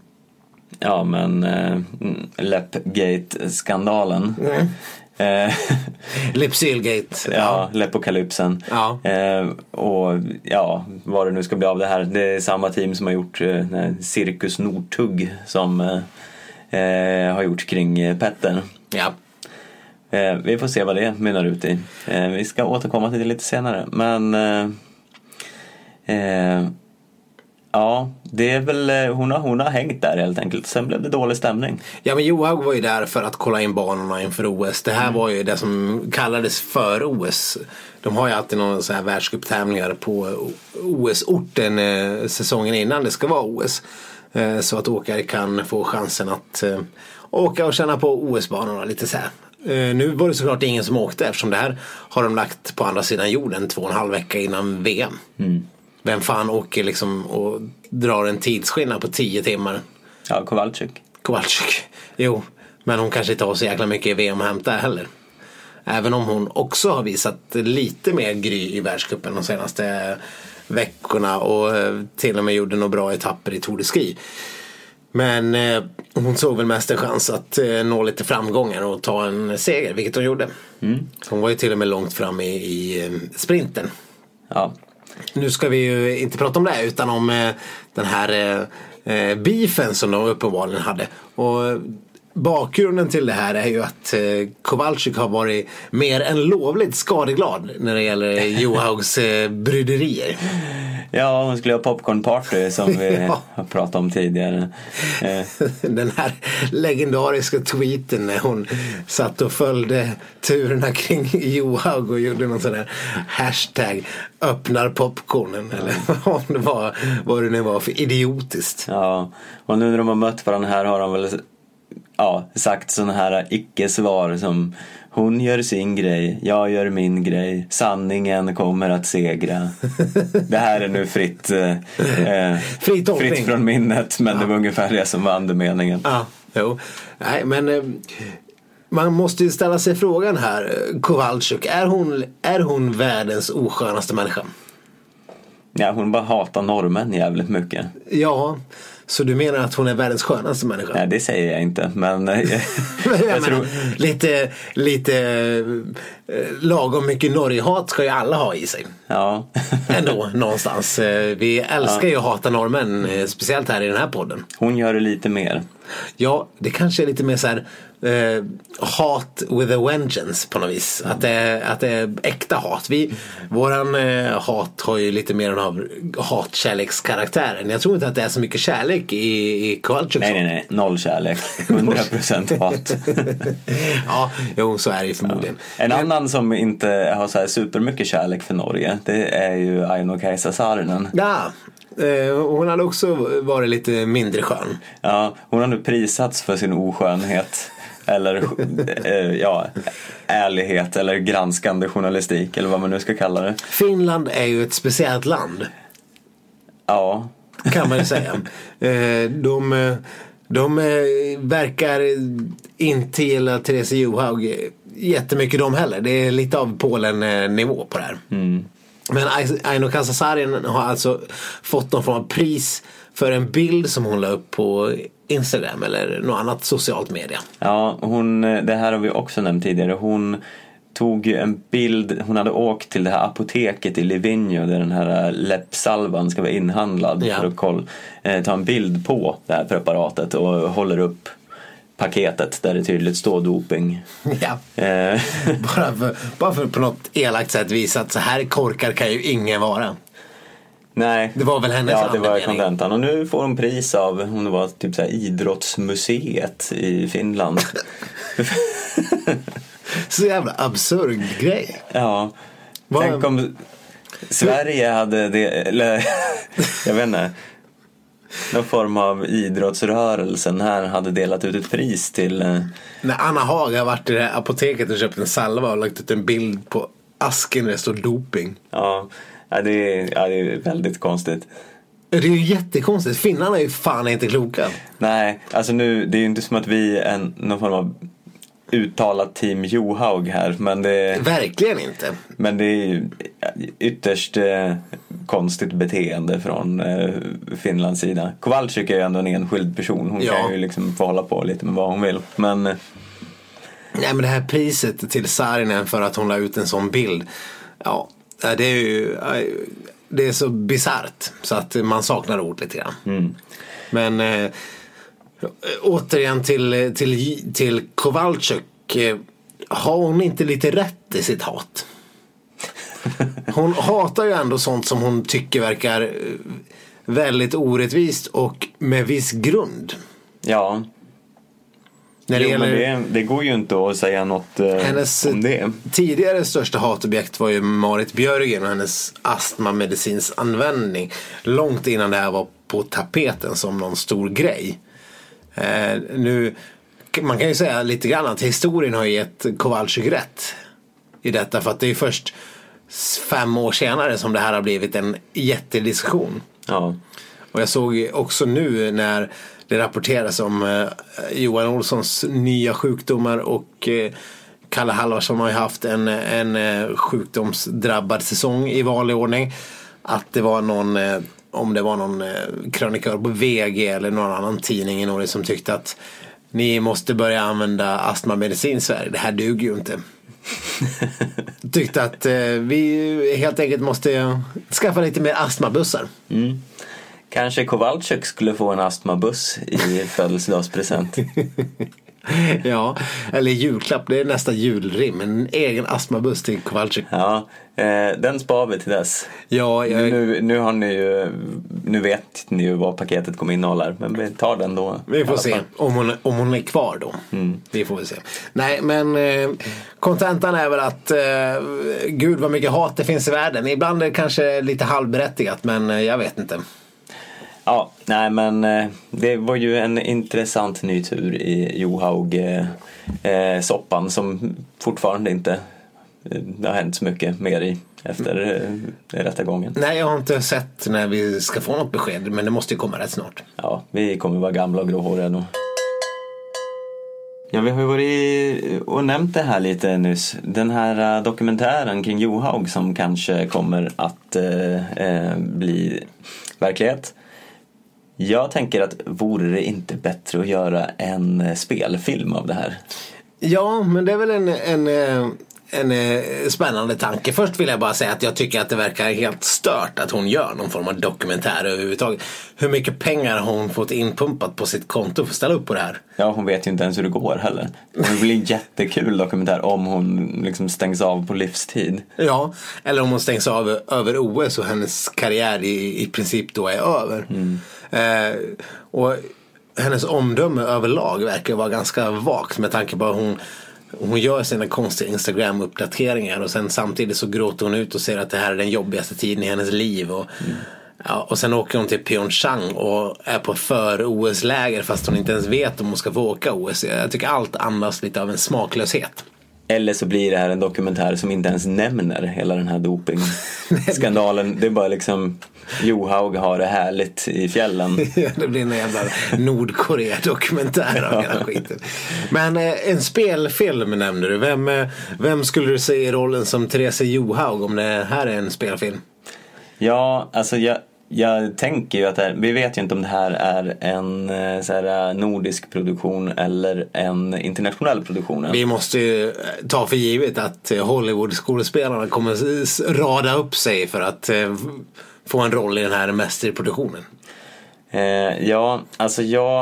Lepgate-skandalen. Lypsylgate. Ja, Lepokalypsen. Ja. Och ja, vad det nu ska bli av det här. Det är samma team som har gjort Cirkus Nordtugg som har gjort kring Petter. Ja. Vi får se vad det mynnar ut i. Vi ska återkomma till det lite senare. Men ja, det är väl hon har hängt där helt enkelt. Sen blev det dålig stämning. Ja, men Johaug var ju där för att kolla in banorna inför OS. Det här var ju det som kallades för OS. De har ju alltid någon så här världscuptävlingar på OS-orten säsongen innan det ska vara OS. Så att åkare kan få chansen att åka och känna på OS-banorna lite så här. Nu var det såklart ingen som åkte eftersom det här har de lagt på andra sidan jorden 2,5 veckor innan VM. Vem fan åker liksom och drar en tidsskillnad på 10 timmar? Ja, Kowalczyk. Jo, men hon kanske inte har så jäkla mycket i VM att hämta heller. Även om hon också har visat lite mer gry i världscupen de senaste veckorna och till och med gjorde några bra etapper i Tour de Ski. Men hon såg väl mest en chans att nå lite framgångar och ta en seger, vilket hon gjorde. Hon var ju till och med långt fram i sprinten. Ja. Nu ska vi ju inte prata om det utan om den här beefen som de uppenbarligen hade. Och bakgrunden till det här är ju att Kowalczyk har varit mer än lovligt skadeglad när det gäller Johaugs bryderier. Ja, hon skulle ha popcornparty som vi har pratat om tidigare. Den här legendariska tweeten när hon satt och följde turerna kring Johaug och gjorde någon sån där hashtag öppnar popcornen eller vad det nu var för idiotiskt. Ja, och nu när de har mött varandra här har de väl sagt såna här icke-svar som hon gör sin grej, jag gör min grej, sanningen kommer att segra. Det här är nu fritt från minnet, men det var ungefär det som var andemeningen. Ja, jo. Nej, men man måste ju ställa sig frågan här, Kowalczyk, är hon världens oskönaste människa? Ja, hon bara hatar normen jävligt mycket. Ja, så du menar att hon är världens skönaste människa? Nej, det säger jag inte, men jag tror lite lagom mycket Norge-hat ska ju alla ha i sig. Ja. Ändå, någonstans. Vi älskar ju att hata norrmän, speciellt här i den här podden. Hon gör det lite mer. Ja, det kanske är lite mer så här hat with a vengeance på något vis. Att det är äkta hat. Våran hat har ju lite mer av hatkärlekskaraktären. Jag tror inte att det är så mycket kärlek i Kowalczyk. Nej, noll kärlek. 100% hat. Ja, jo, så är det ju förmodligen. En annan som inte har så här supermycket kärlek för Norge, det är ju Aino-Kaisa Saarinen. Ja, hon hade också varit lite mindre skön. Ja, hon har nu prisats för sin oskönhet. Eller ärlighet eller granskande journalistik eller vad man nu ska kalla det. Finland är ju ett speciellt land. Ja, kan man ju säga. De verkar inte gilla Therese Johaug jättemycket de heller. Det är lite av Polen-nivå på det här. Men Aino-Kaisa Saarinen har alltså fått någon form av pris för en bild som hon la upp på Instagram eller något annat socialt media. Ja, det här har vi också nämnt tidigare. Hon tog en bild, hon hade åkt till det här apoteket i Livigno där den här läppsalvan ska vara inhandlad för att ta en bild på det här preparatet och håller upp paketet där det tydligt står doping. Ja. bara för på något elakt sätt visa att så här korkar kan ju ingen vara. Nej. Det var väl hennes det var kontentan. Och nu får hon pris av, hon var typ så här idrottsmuseet i Finland. Så jävla absurd grej. Ja. Tänk om Sverige hade det, eller jag vet inte. någon form av idrottsrörelsen här hade delat ut ett pris till... När Anna Haag har varit i det här apoteket och köpt en salva och lagt ut en bild på asken där det står doping. Ja, det är väldigt konstigt. Det är ju jättekonstigt. Finnarna är ju fan inte kloka. Nej, alltså nu, det är ju inte som att vi är någon form av uttalat team Johaug här, men det... Verkligen inte. Men det är ju ytterst konstigt beteende från Finlands sida. Kowalczyk är ju ändå en enskild person. Hon kan ju liksom få hålla på lite med vad hon vill. Men... Nej, men det här priset till Saarinen för att hon la ut en sån bild. Ja, det är ju... Det är så bizarrt så att man saknar ord lite grann. Mm. Men återigen till Kowalczyk. Har hon inte lite rätt i sitt hat? Hon hatar ju ändå sånt som hon tycker verkar väldigt orättvist och med viss grund. Ja. När det gäller, det går ju inte att säga något hennes om det. Tidigare största hatobjekt var ju Marit Björgen och hennes astmamedicins användning. Långt innan det här var på tapeten som någon stor grej. Nu, man kan ju säga lite grann att historien har gett Kowalczyk rätt i detta. För att det är först 5 år senare som det här har blivit en jättediskussion. Ja. Och jag såg också nu när det rapporteras om Johan Olssons nya sjukdomar och Kalle Halvarsson har ju haft en sjukdomsdrabbad säsong i vanlig ordning. Att det var någon, om det var någon krönikör på VG eller någon annan tidning i Norge som tyckte att ni måste börja använda astmamedicin i Sverige. Det här duger ju inte. Tyckte att vi helt enkelt måste skaffa lite mer astmabussar. Mm. Kanske Kowalczyk skulle få en astmabuss i födelsedagspresent. Ja, eller julklapp. Det är nästa julrim. En egen astmabuss till Kowalczyk. Ja, den spar vi till dess. Ja, nu har ni ju, nu vet ni ju vad paketet kommer innehålla, men vi tar den då. Vi får se om hon är kvar då. Vi får se. Nej, men kontentan är väl att gud vad mycket hat det finns i världen. Ibland är det kanske lite halvberättigat, men jag vet inte. Ja, nej, men det var ju en intressant ny tur i Johaug-soppan som fortfarande inte det har hänt så mycket mer i efter rättegången. Nej, jag har inte sett när vi ska få något besked, men det måste ju komma rätt snart. Ja, vi kommer vara gamla och gråhåriga då. Ja, vi har ju varit och nämnt det här lite nyss. Den här dokumentären kring Johaug som kanske kommer att bli verklighet. Jag tänker att vore det inte bättre att göra en spelfilm av det här? Ja, men det är väl en spännande tanke. Först vill jag bara säga att jag tycker att det verkar helt stört att hon gör någon form av dokumentär överhuvudtaget. Hur mycket pengar har hon fått inpumpat på sitt konto för att ställa upp på det här? Ja, hon vet ju inte ens hur det går heller. Det blir en jättekul dokumentär om hon liksom stängs av på livstid. Ja, eller om hon stängs av över OS och hennes karriär i princip då är över. Och hennes omdöme överlag verkar vara ganska vagt med tanke på att hon gör sina konstiga Instagram-uppdateringar och sen samtidigt så gråter hon ut och säger att det här är den jobbigaste tiden i hennes liv och sen åker hon till Pyeongchang och är på för-OS-läger fast hon inte ens vet om hon ska få åka OS. Jag tycker allt andas lite av en smaklöshet. Eller så blir det här en dokumentär som inte ens nämner hela den här dopingskandalen. Det är bara liksom Johaug har det härligt i fjällen. Ja, det blir en jävla Nordkorea-dokumentär av hela skiten. Men en spelfilm nämnde du. Vem skulle du se i rollen som Therese Johaug om det här är en spelfilm? Ja, alltså jag tänker ju att vi vet ju inte om det här är en så här, nordisk produktion eller en internationell produktion. Vi måste ju ta för givet att Hollywood-skådespelarna kommer rada upp sig för att få en roll i den här mästerproduktionen. Ja, alltså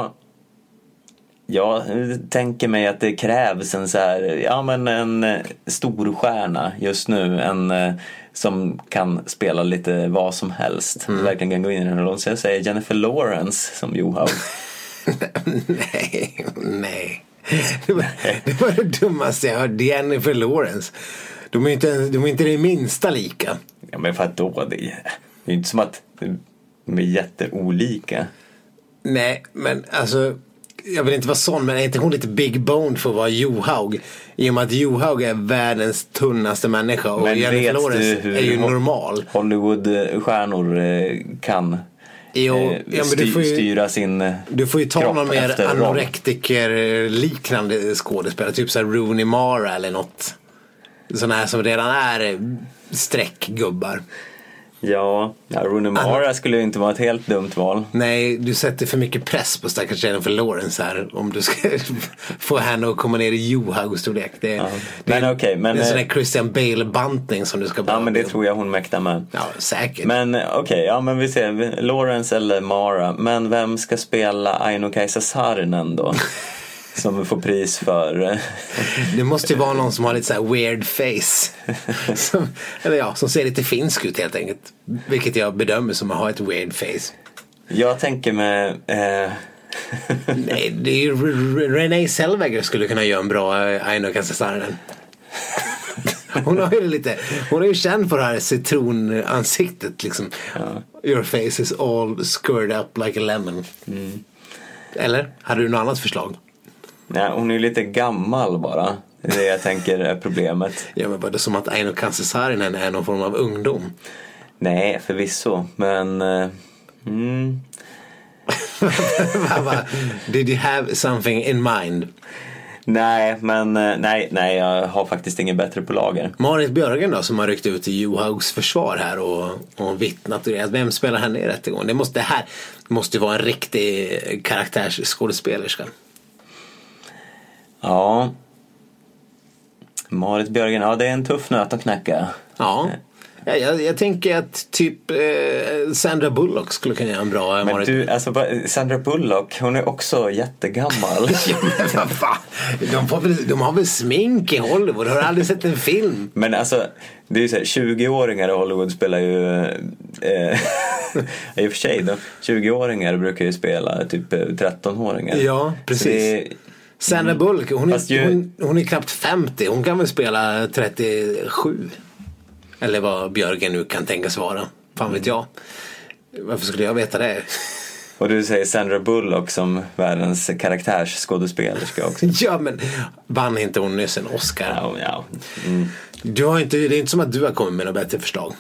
jag tänker mig att det krävs en så här, ja men en stor stjärna just nu, en som kan spela lite vad som helst. Verkligen kan gå in i den rollen. Så jag säger Jennifer Lawrence som Johaug. Nej. Det var det dummaste jag hörde. Jennifer Lawrence. De är inte det minsta lika. Ja, men för att då det är inte som att de är jätteolika. Nej, men alltså jag vill inte vara sån, men är inte hon lite big bone för att vara Johaug? I och med att Johaug är världens tunnaste människa och Jennifer Lawrence är ju normal. Hollywoodstjärnor kan styra sin du får ju ta kropp någon mer efter anorektiker liknande skådespelare, typ så här Rooney Mara eller något. Sådana här som redan är streckgubbar. Ja, Rooney Mara skulle ju inte vara ett helt dumt val. Nej, du sätter för mycket press på stackars Jennifer Lawrence här om du ska få henne att komma ner i Johaug-storlek. Det är en sån här Christian Bale-bantning som du ska börja. Ja, men det tror jag hon mäktar med. Ja, säkert. Men men vi ser Lawrence eller Mara. Men vem ska spela Aino-Kaisa Saarinen då? Som får pris för det måste ju vara någon som har lite så här weird face som ser lite finsk ut helt enkelt. Vilket jag bedömer som att ha ett weird face. Jag tänker med nej, det är ju Renée Zellweger skulle kunna göra en bra Aino-Kaisa Saarinen. Hon är ju känd för det här citronansiktet liksom. Your face is all squared up like a lemon. Eller? Hade du något annat förslag? Nej, hon är ju lite gammal bara. Det är det jag tänker är problemet. Ja, men var det som att Aino-Kaisa Saarinen är någon form av ungdom? Nej, förvisso. Men Did you have something in mind? Nej, men nej, jag har faktiskt ingen bättre på lager. Marit Björgen då, som har ryckt ut i Johaugs försvar här och vittnat. Vem spelar henne i rättegången? Det här måste ju vara en riktig karaktärsskådespelerska. Ja, Marit Björgen, det är en tuff nöt att knäcka. Ja, jag tänker att typ Sandra Bullock skulle kunna göra en bra Marit. Men du, alltså Sandra Bullock, hon är också jättegammal. Ja, men vad fan, de har väl smink i Hollywood, har du aldrig sett en film? Men alltså, det är ju så här, 20-åringar i Hollywood spelar ju i och för sig då, 20-åringar brukar ju spela typ 13-åringar. Ja, precis. Sandra Bullock, hon är knappt 50. Hon kan väl spela 37. Eller vad Björgen nu kan tänkas vara. Fan vet jag. Varför skulle jag veta det? Och du säger Sandra Bullock som världens karaktärsskådespelerska också. Ja, men vann inte hon nyss en Oscar? Ja. Du har inte, det är inte som att du har kommit med något bättre förslag.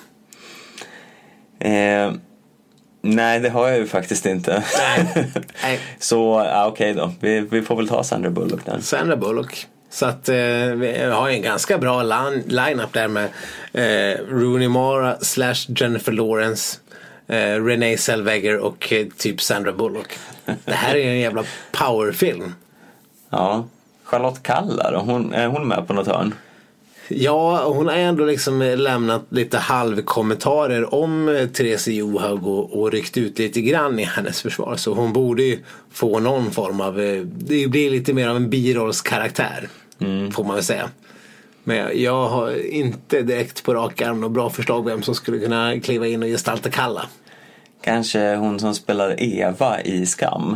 Nej, det har jag ju faktiskt inte. Nej. Så okej då. Vi får väl ta Sandra Bullock där. Sandra Bullock. Så att vi har en ganska bra line-up där med Rooney Mara / Jennifer Lawrence, Renée Zellweger och typ Sandra Bullock. Det här är en jävla powerfilm. Ja. Charlotte Kalla då? Är hon med på något hörn? Ja, hon har ändå liksom lämnat lite halvkommentarer om Therese Johaug och ryckt ut lite grann i hennes försvar. Så hon borde ju få någon form av, det blir lite mer av en birollskaraktär, får man väl säga. Men jag har inte direkt på rak arm något bra förslag vem som skulle kunna kliva in och gestalta Kalla. Kanske hon som spelar Eva i Skam.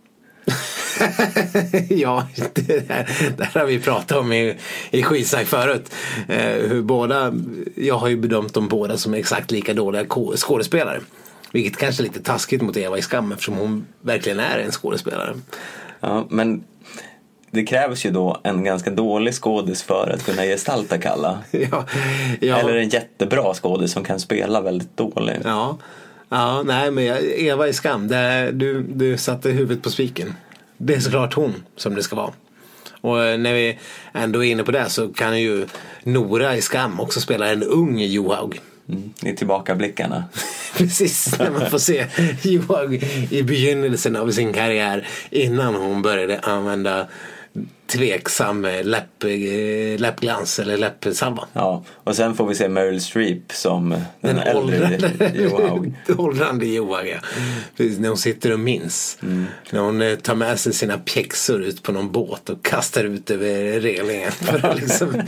Ja, det har vi pratat om i skitsnack förut. Hur jag har ju bedömt dem båda som exakt lika dåliga skådespelare. Vilket kanske är lite taskigt mot Eva i Skam, eftersom hon verkligen är en skådespelare. Ja, men det krävs ju då en ganska dålig skådis för att kunna gestalta Kalla. Ja. Eller en jättebra skådis som kan spela väldigt dåligt. Ja, nej, men Eva i Skam, du satte huvudet på spiken. Det är såklart hon som det ska vara. Och när vi ändå är inne på det så kan ju Nora i Skam också spela en ung Johaug. I tillbakablickarna. Precis, när man får se Johaug i begynnelsen av sin karriär innan hon började använda tveksam läppglans eller läppsalva. Ja, och sen får vi se Meryl Streep som den äldre Johaug. Åldrande Johaug, ja. Precis, när hon sitter och minns. När hon tar med sig sina pjäxor ut på någon båt och kastar ut över relingen för att liksom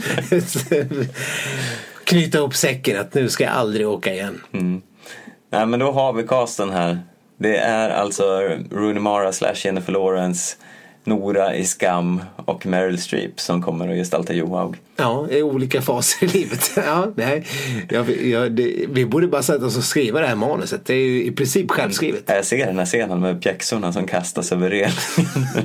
knyta ihop säcken att nu ska jag aldrig åka igen. Nej, men då har vi casten här. Det är alltså Rooney Mara / Jennifer Lawrence, Nora i Skam och Meryl Streep som kommer att gestalta Johaug. Ja, i olika faser i livet. Ja, nej. Vi borde bara sätta oss och skriva det här manuset. Det är ju i princip självskrivet. Jag ser den här scenen med pjäxorna som kastas över relingen.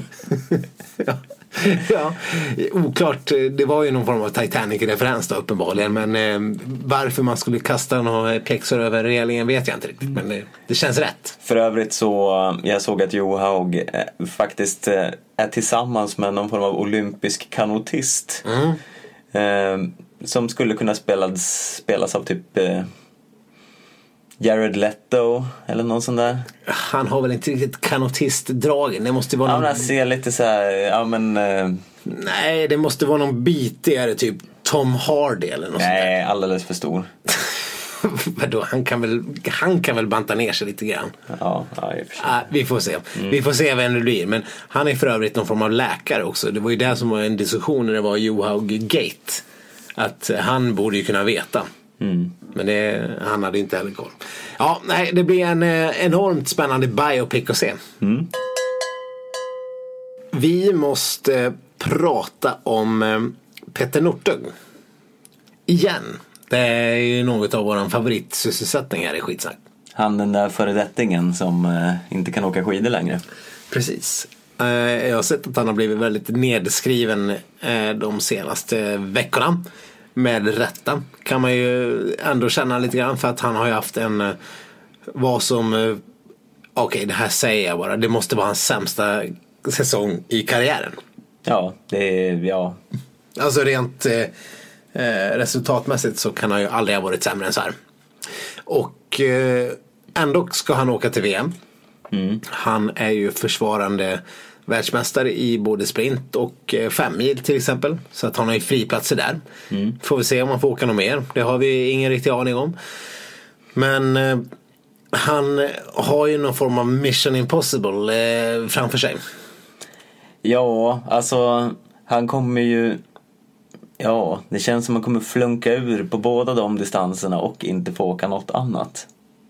Ja, oklart. Det var ju någon form av Titanic-referens då uppenbarligen. Men varför man skulle kasta några pjäxor över relingen vet jag inte riktigt. Men det känns rätt. För övrigt så jag såg att Johaug faktiskt är tillsammans med någon form av olympisk kanotist. Som skulle kunna spelas av typ Jared Leto eller någon sån där. Han har väl inte riktigt kanotistdragen. Det måste vara någon... Han ser lite så här, Nej, det måste vara någon bitigare typ Tom Hardy eller något. Nej, sånt alldeles för stor. Vadå, han kan väl banta ner sig lite grann. Ja, i och för sig. Vi får se. Vi får se vem det blir. Men han är för övrigt någon form av läkare också. Det var ju det som var en diskussion när det var Johaug Gate. Att han borde ju kunna veta. Men han hade inte heller koll. Ja, nej, det blir en enormt spännande biopic att se. Vi måste prata om Petter Northug igen. Det är ju något av våran favoritsysselsättning här i Skitsnack. Han den där föredettingen som inte kan åka skidor längre. Precis. Jag har sett att han har blivit väldigt nedskriven de senaste veckorna. Med rätta kan man ju ändå känna lite grann, för att han har ju haft en vad som okej, det här säger jag bara, det måste vara hans sämsta säsong i karriären. Ja, alltså rent resultatmässigt så kan han ju aldrig ha varit sämre än så här. Och ändå ska han åka till VM. Han är ju försvarande världsmästare i både sprint och 5 mil till exempel. Så att han har ju friplatser där. Får vi se om han får åka något mer. Det har vi ingen riktig aning om. Men han har ju någon form av Mission Impossible framför sig. Ja, alltså han kommer ju... Ja, det känns som att han kommer flunka ur på båda de distanserna och inte få åka något annat.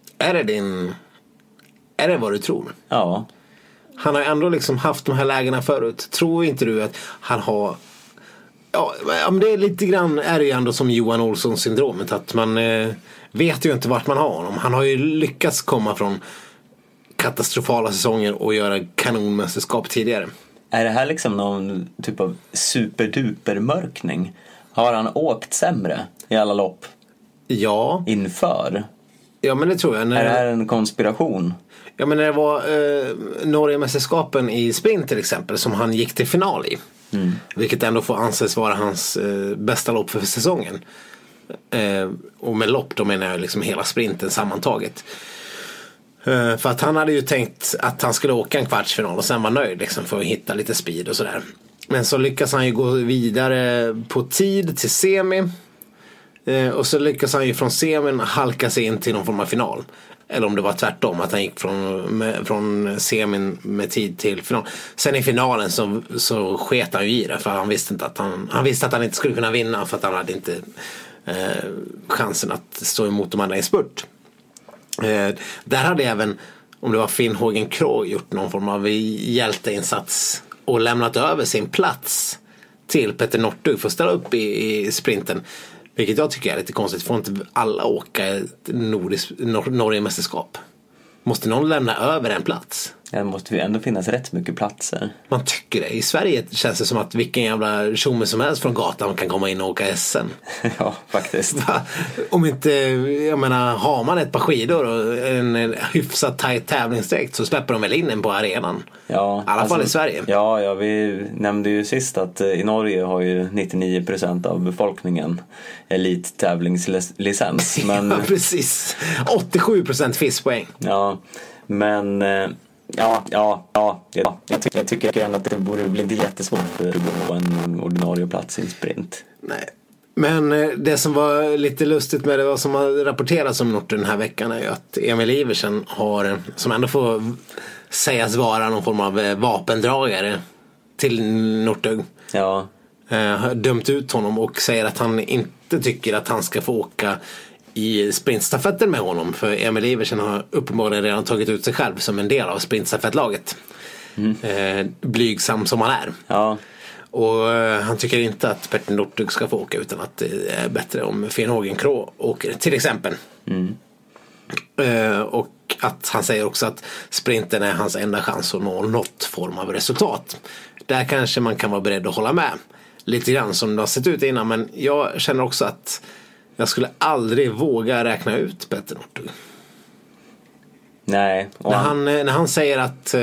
Är det vad du tror? Ja. Han har ändå liksom haft de här lägena förut. Tror inte du att han har... Ja, men det är lite grann är det ju ändå som Johan Olsson-syndromet. Att man vet ju inte vart man har honom. Han har ju lyckats komma från katastrofala säsonger och göra kanonmästerskap tidigare. Är det här liksom någon typ av superduper-mörkning? Har han åkt sämre i alla lopp? Ja. Inför? Ja, men det tror jag. Är det här en konspiration? Ja, men när det var Norge-mästerskapen i sprint till exempel som han gick till final i. Vilket ändå får anses vara hans bästa lopp för säsongen. Och med lopp då menar jag liksom hela sprinten sammantaget. För att han hade ju tänkt att han skulle åka en kvartsfinal och sen var nöjd liksom för att hitta lite speed och sådär. Men så lyckas han ju gå vidare på tid till semi. Och så lyckas han ju från semin halka sig in till någon form av final. Eller om det var tvärtom, att han gick från semin med tid till final. Sen i finalen så sket han ju i det. För han visste inte att han visste att han inte skulle kunna vinna. För att han hade inte chansen att stå emot de andra i spurt. Där hade även, om det var Finn Hågen Krogh, gjort någon form av hjälteinsats och lämnat över sin plats till Petter Northug för att ställa upp i sprinten. Vilket jag tycker är lite konstigt. Får inte alla åka ett Norge-mästerskap? Måste någon lämna över en plats? Det måste ju ändå finnas rätt mycket platser. Man tycker det. I Sverige känns det som att vilken jävla tjomme som helst från gatan kan komma in och åka SM. Ja, faktiskt. Om inte, jag menar, har man ett par skidor och en hyfsat tajt tävlingsdräkt så släpper de väl in en på arenan. Ja, i alla fall i Sverige. Ja, vi nämnde ju sist att i Norge har ju 99% av befolkningen elittävlingslicens. Men... Ja, precis. 87% fiskpoäng. Ja, men... Jag tycker ändå att det borde bli jättesvårt för att gå en ordinarie plats i en sprint. Nej. Men det som var lite lustigt med det, vad som har rapporterats om Northug den här veckan, är ju att Emil Iversen har, som ändå får sägas vara någon form av vapendragare till Northug, har dömt ut honom och säger att han inte tycker att han ska få åka i sprintstafetten med honom, för Emil Iversen har uppenbarligen redan tagit ut sig själv som en del av sprintstafettlaget. blygsam som han är. Ja. Och han tycker inte att Petter Northug ska få åka, utan att det är bättre om Finn Hågenkrå åker till exempel. Och att han säger också att sprinten är hans enda chans att nå något form av resultat. Där kanske man kan vara beredd att hålla med lite grann som det har sett ut innan, men jag känner också att jag skulle aldrig våga räkna ut Petter Northug. Nej. När han säger att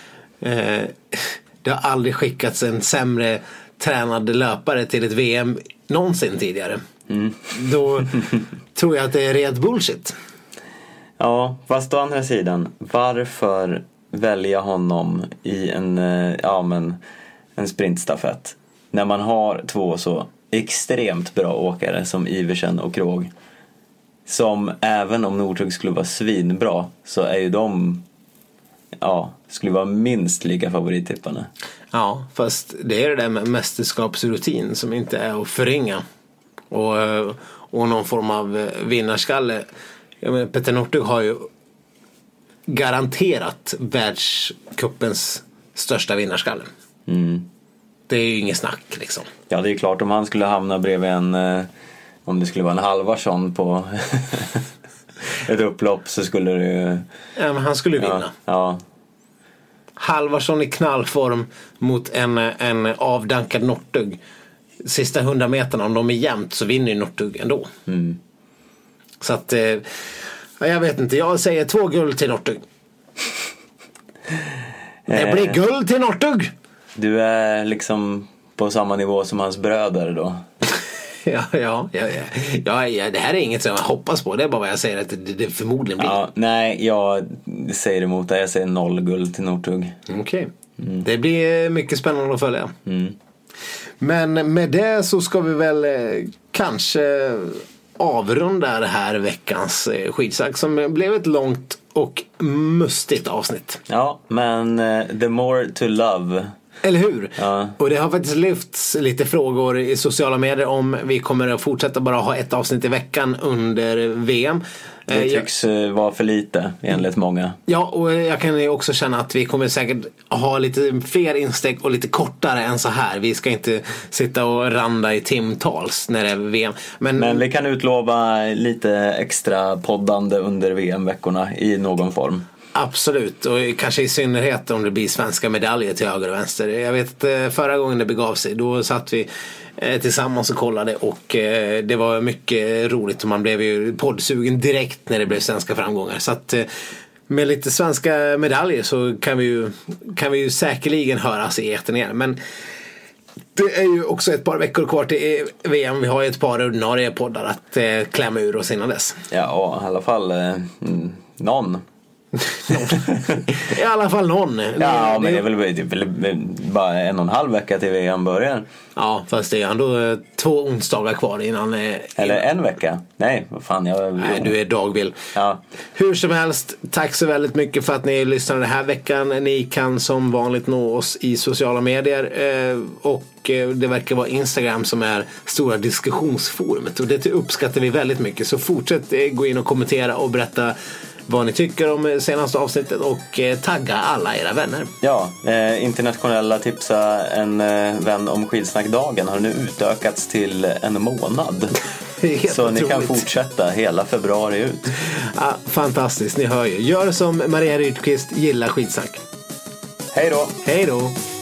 det har aldrig skickats en sämre tränad löpare till ett VM någonsin tidigare. Då tror jag att det är red bullshit. Ja, fast å andra sidan, varför välja honom i en sprintstafett när man har två så extremt bra åkare som Iversen och Krog, som även om Northug skulle vara svinbra så är ju de skulle vara minst lika favorittipparna. Ja, fast det är det där med mästerskapsrutin som inte är att förringa, och någon form av vinnarskalle. Jag menar, Petter Northug har ju garanterat världscupens största vinnarskalle. Det är ju inget snack liksom. Ja, det är klart, om han skulle hamna bredvid om det skulle vara en Halvarsson på ett upplopp så skulle det ju... Ja, men han skulle vinna. Ja. Halvarsson i knallform mot en avdankad Northug. Sista 100 meterna, om de är jämnt så vinner ju Northug ändå. Så att jag vet inte, jag säger 2 guld till Northug. Det blir guld till Northug. Du är liksom på samma nivå som hans bröder då. Ja, det här är inget som jag hoppas på. Det är bara vad jag säger att det förmodligen blir. Ja, nej, jag säger emot det. Jag säger 0 guld till Northug. Okej. Det blir mycket spännande att följa. Men med det så ska vi väl kanske avrunda det här veckans skitsnack, som blev ett långt och mustigt avsnitt. Ja, men the more to love. Eller hur? Ja. Och det har faktiskt lyfts lite frågor i sociala medier om vi kommer att fortsätta bara ha ett avsnitt i veckan under VM. Det tycks vara för lite enligt många. Ja, och jag kan ju också känna att vi kommer säkert ha lite fler insteg och lite kortare än så här. Vi ska inte sitta och randa i timtals när det är VM. Men vi kan utlova lite extra poddande under VM-veckorna i någon form. Absolut, och kanske i synnerhet om det blir svenska medaljer till höger och vänster. Jag vet förra gången det begav sig, då satt vi tillsammans och kollade, och det var mycket roligt, och man blev ju poddsugen direkt när det blev svenska framgångar. Så att med lite svenska medaljer så kan vi ju säkerligen höras i etern igen. Men det är ju också ett par veckor kvar till VM. Vi har ju ett par ordinarie poddar att klämma ur oss innan dess. Ja, i alla fall någon. I alla fall någon. Ja, men det är väl bara 1,5 vecka till VM börjar. Ja, fast det är ändå 2 onsdagar kvar innan. Eller en vecka. Nej, vad fan. Nej, du är dagvill. Ja. Hur som helst, tack så väldigt mycket för att ni lyssnade den här veckan. Ni kan som vanligt nå oss i sociala medier. Och det verkar vara Instagram som är stora diskussionsforumet. Och det uppskattar vi väldigt mycket. Så fortsätt gå in och kommentera och berätta vad ni tycker om senaste avsnittet, och tagga alla era vänner. Ja, internationella tipsa en vän om skidsnackdagen har nu utökats till en månad. Så ni kan fortsätta hela februari ut. Ja, fantastiskt, ni hör ju. Gör som Maria Rydqvist, gilla skidsnack. Hej då. Hej då.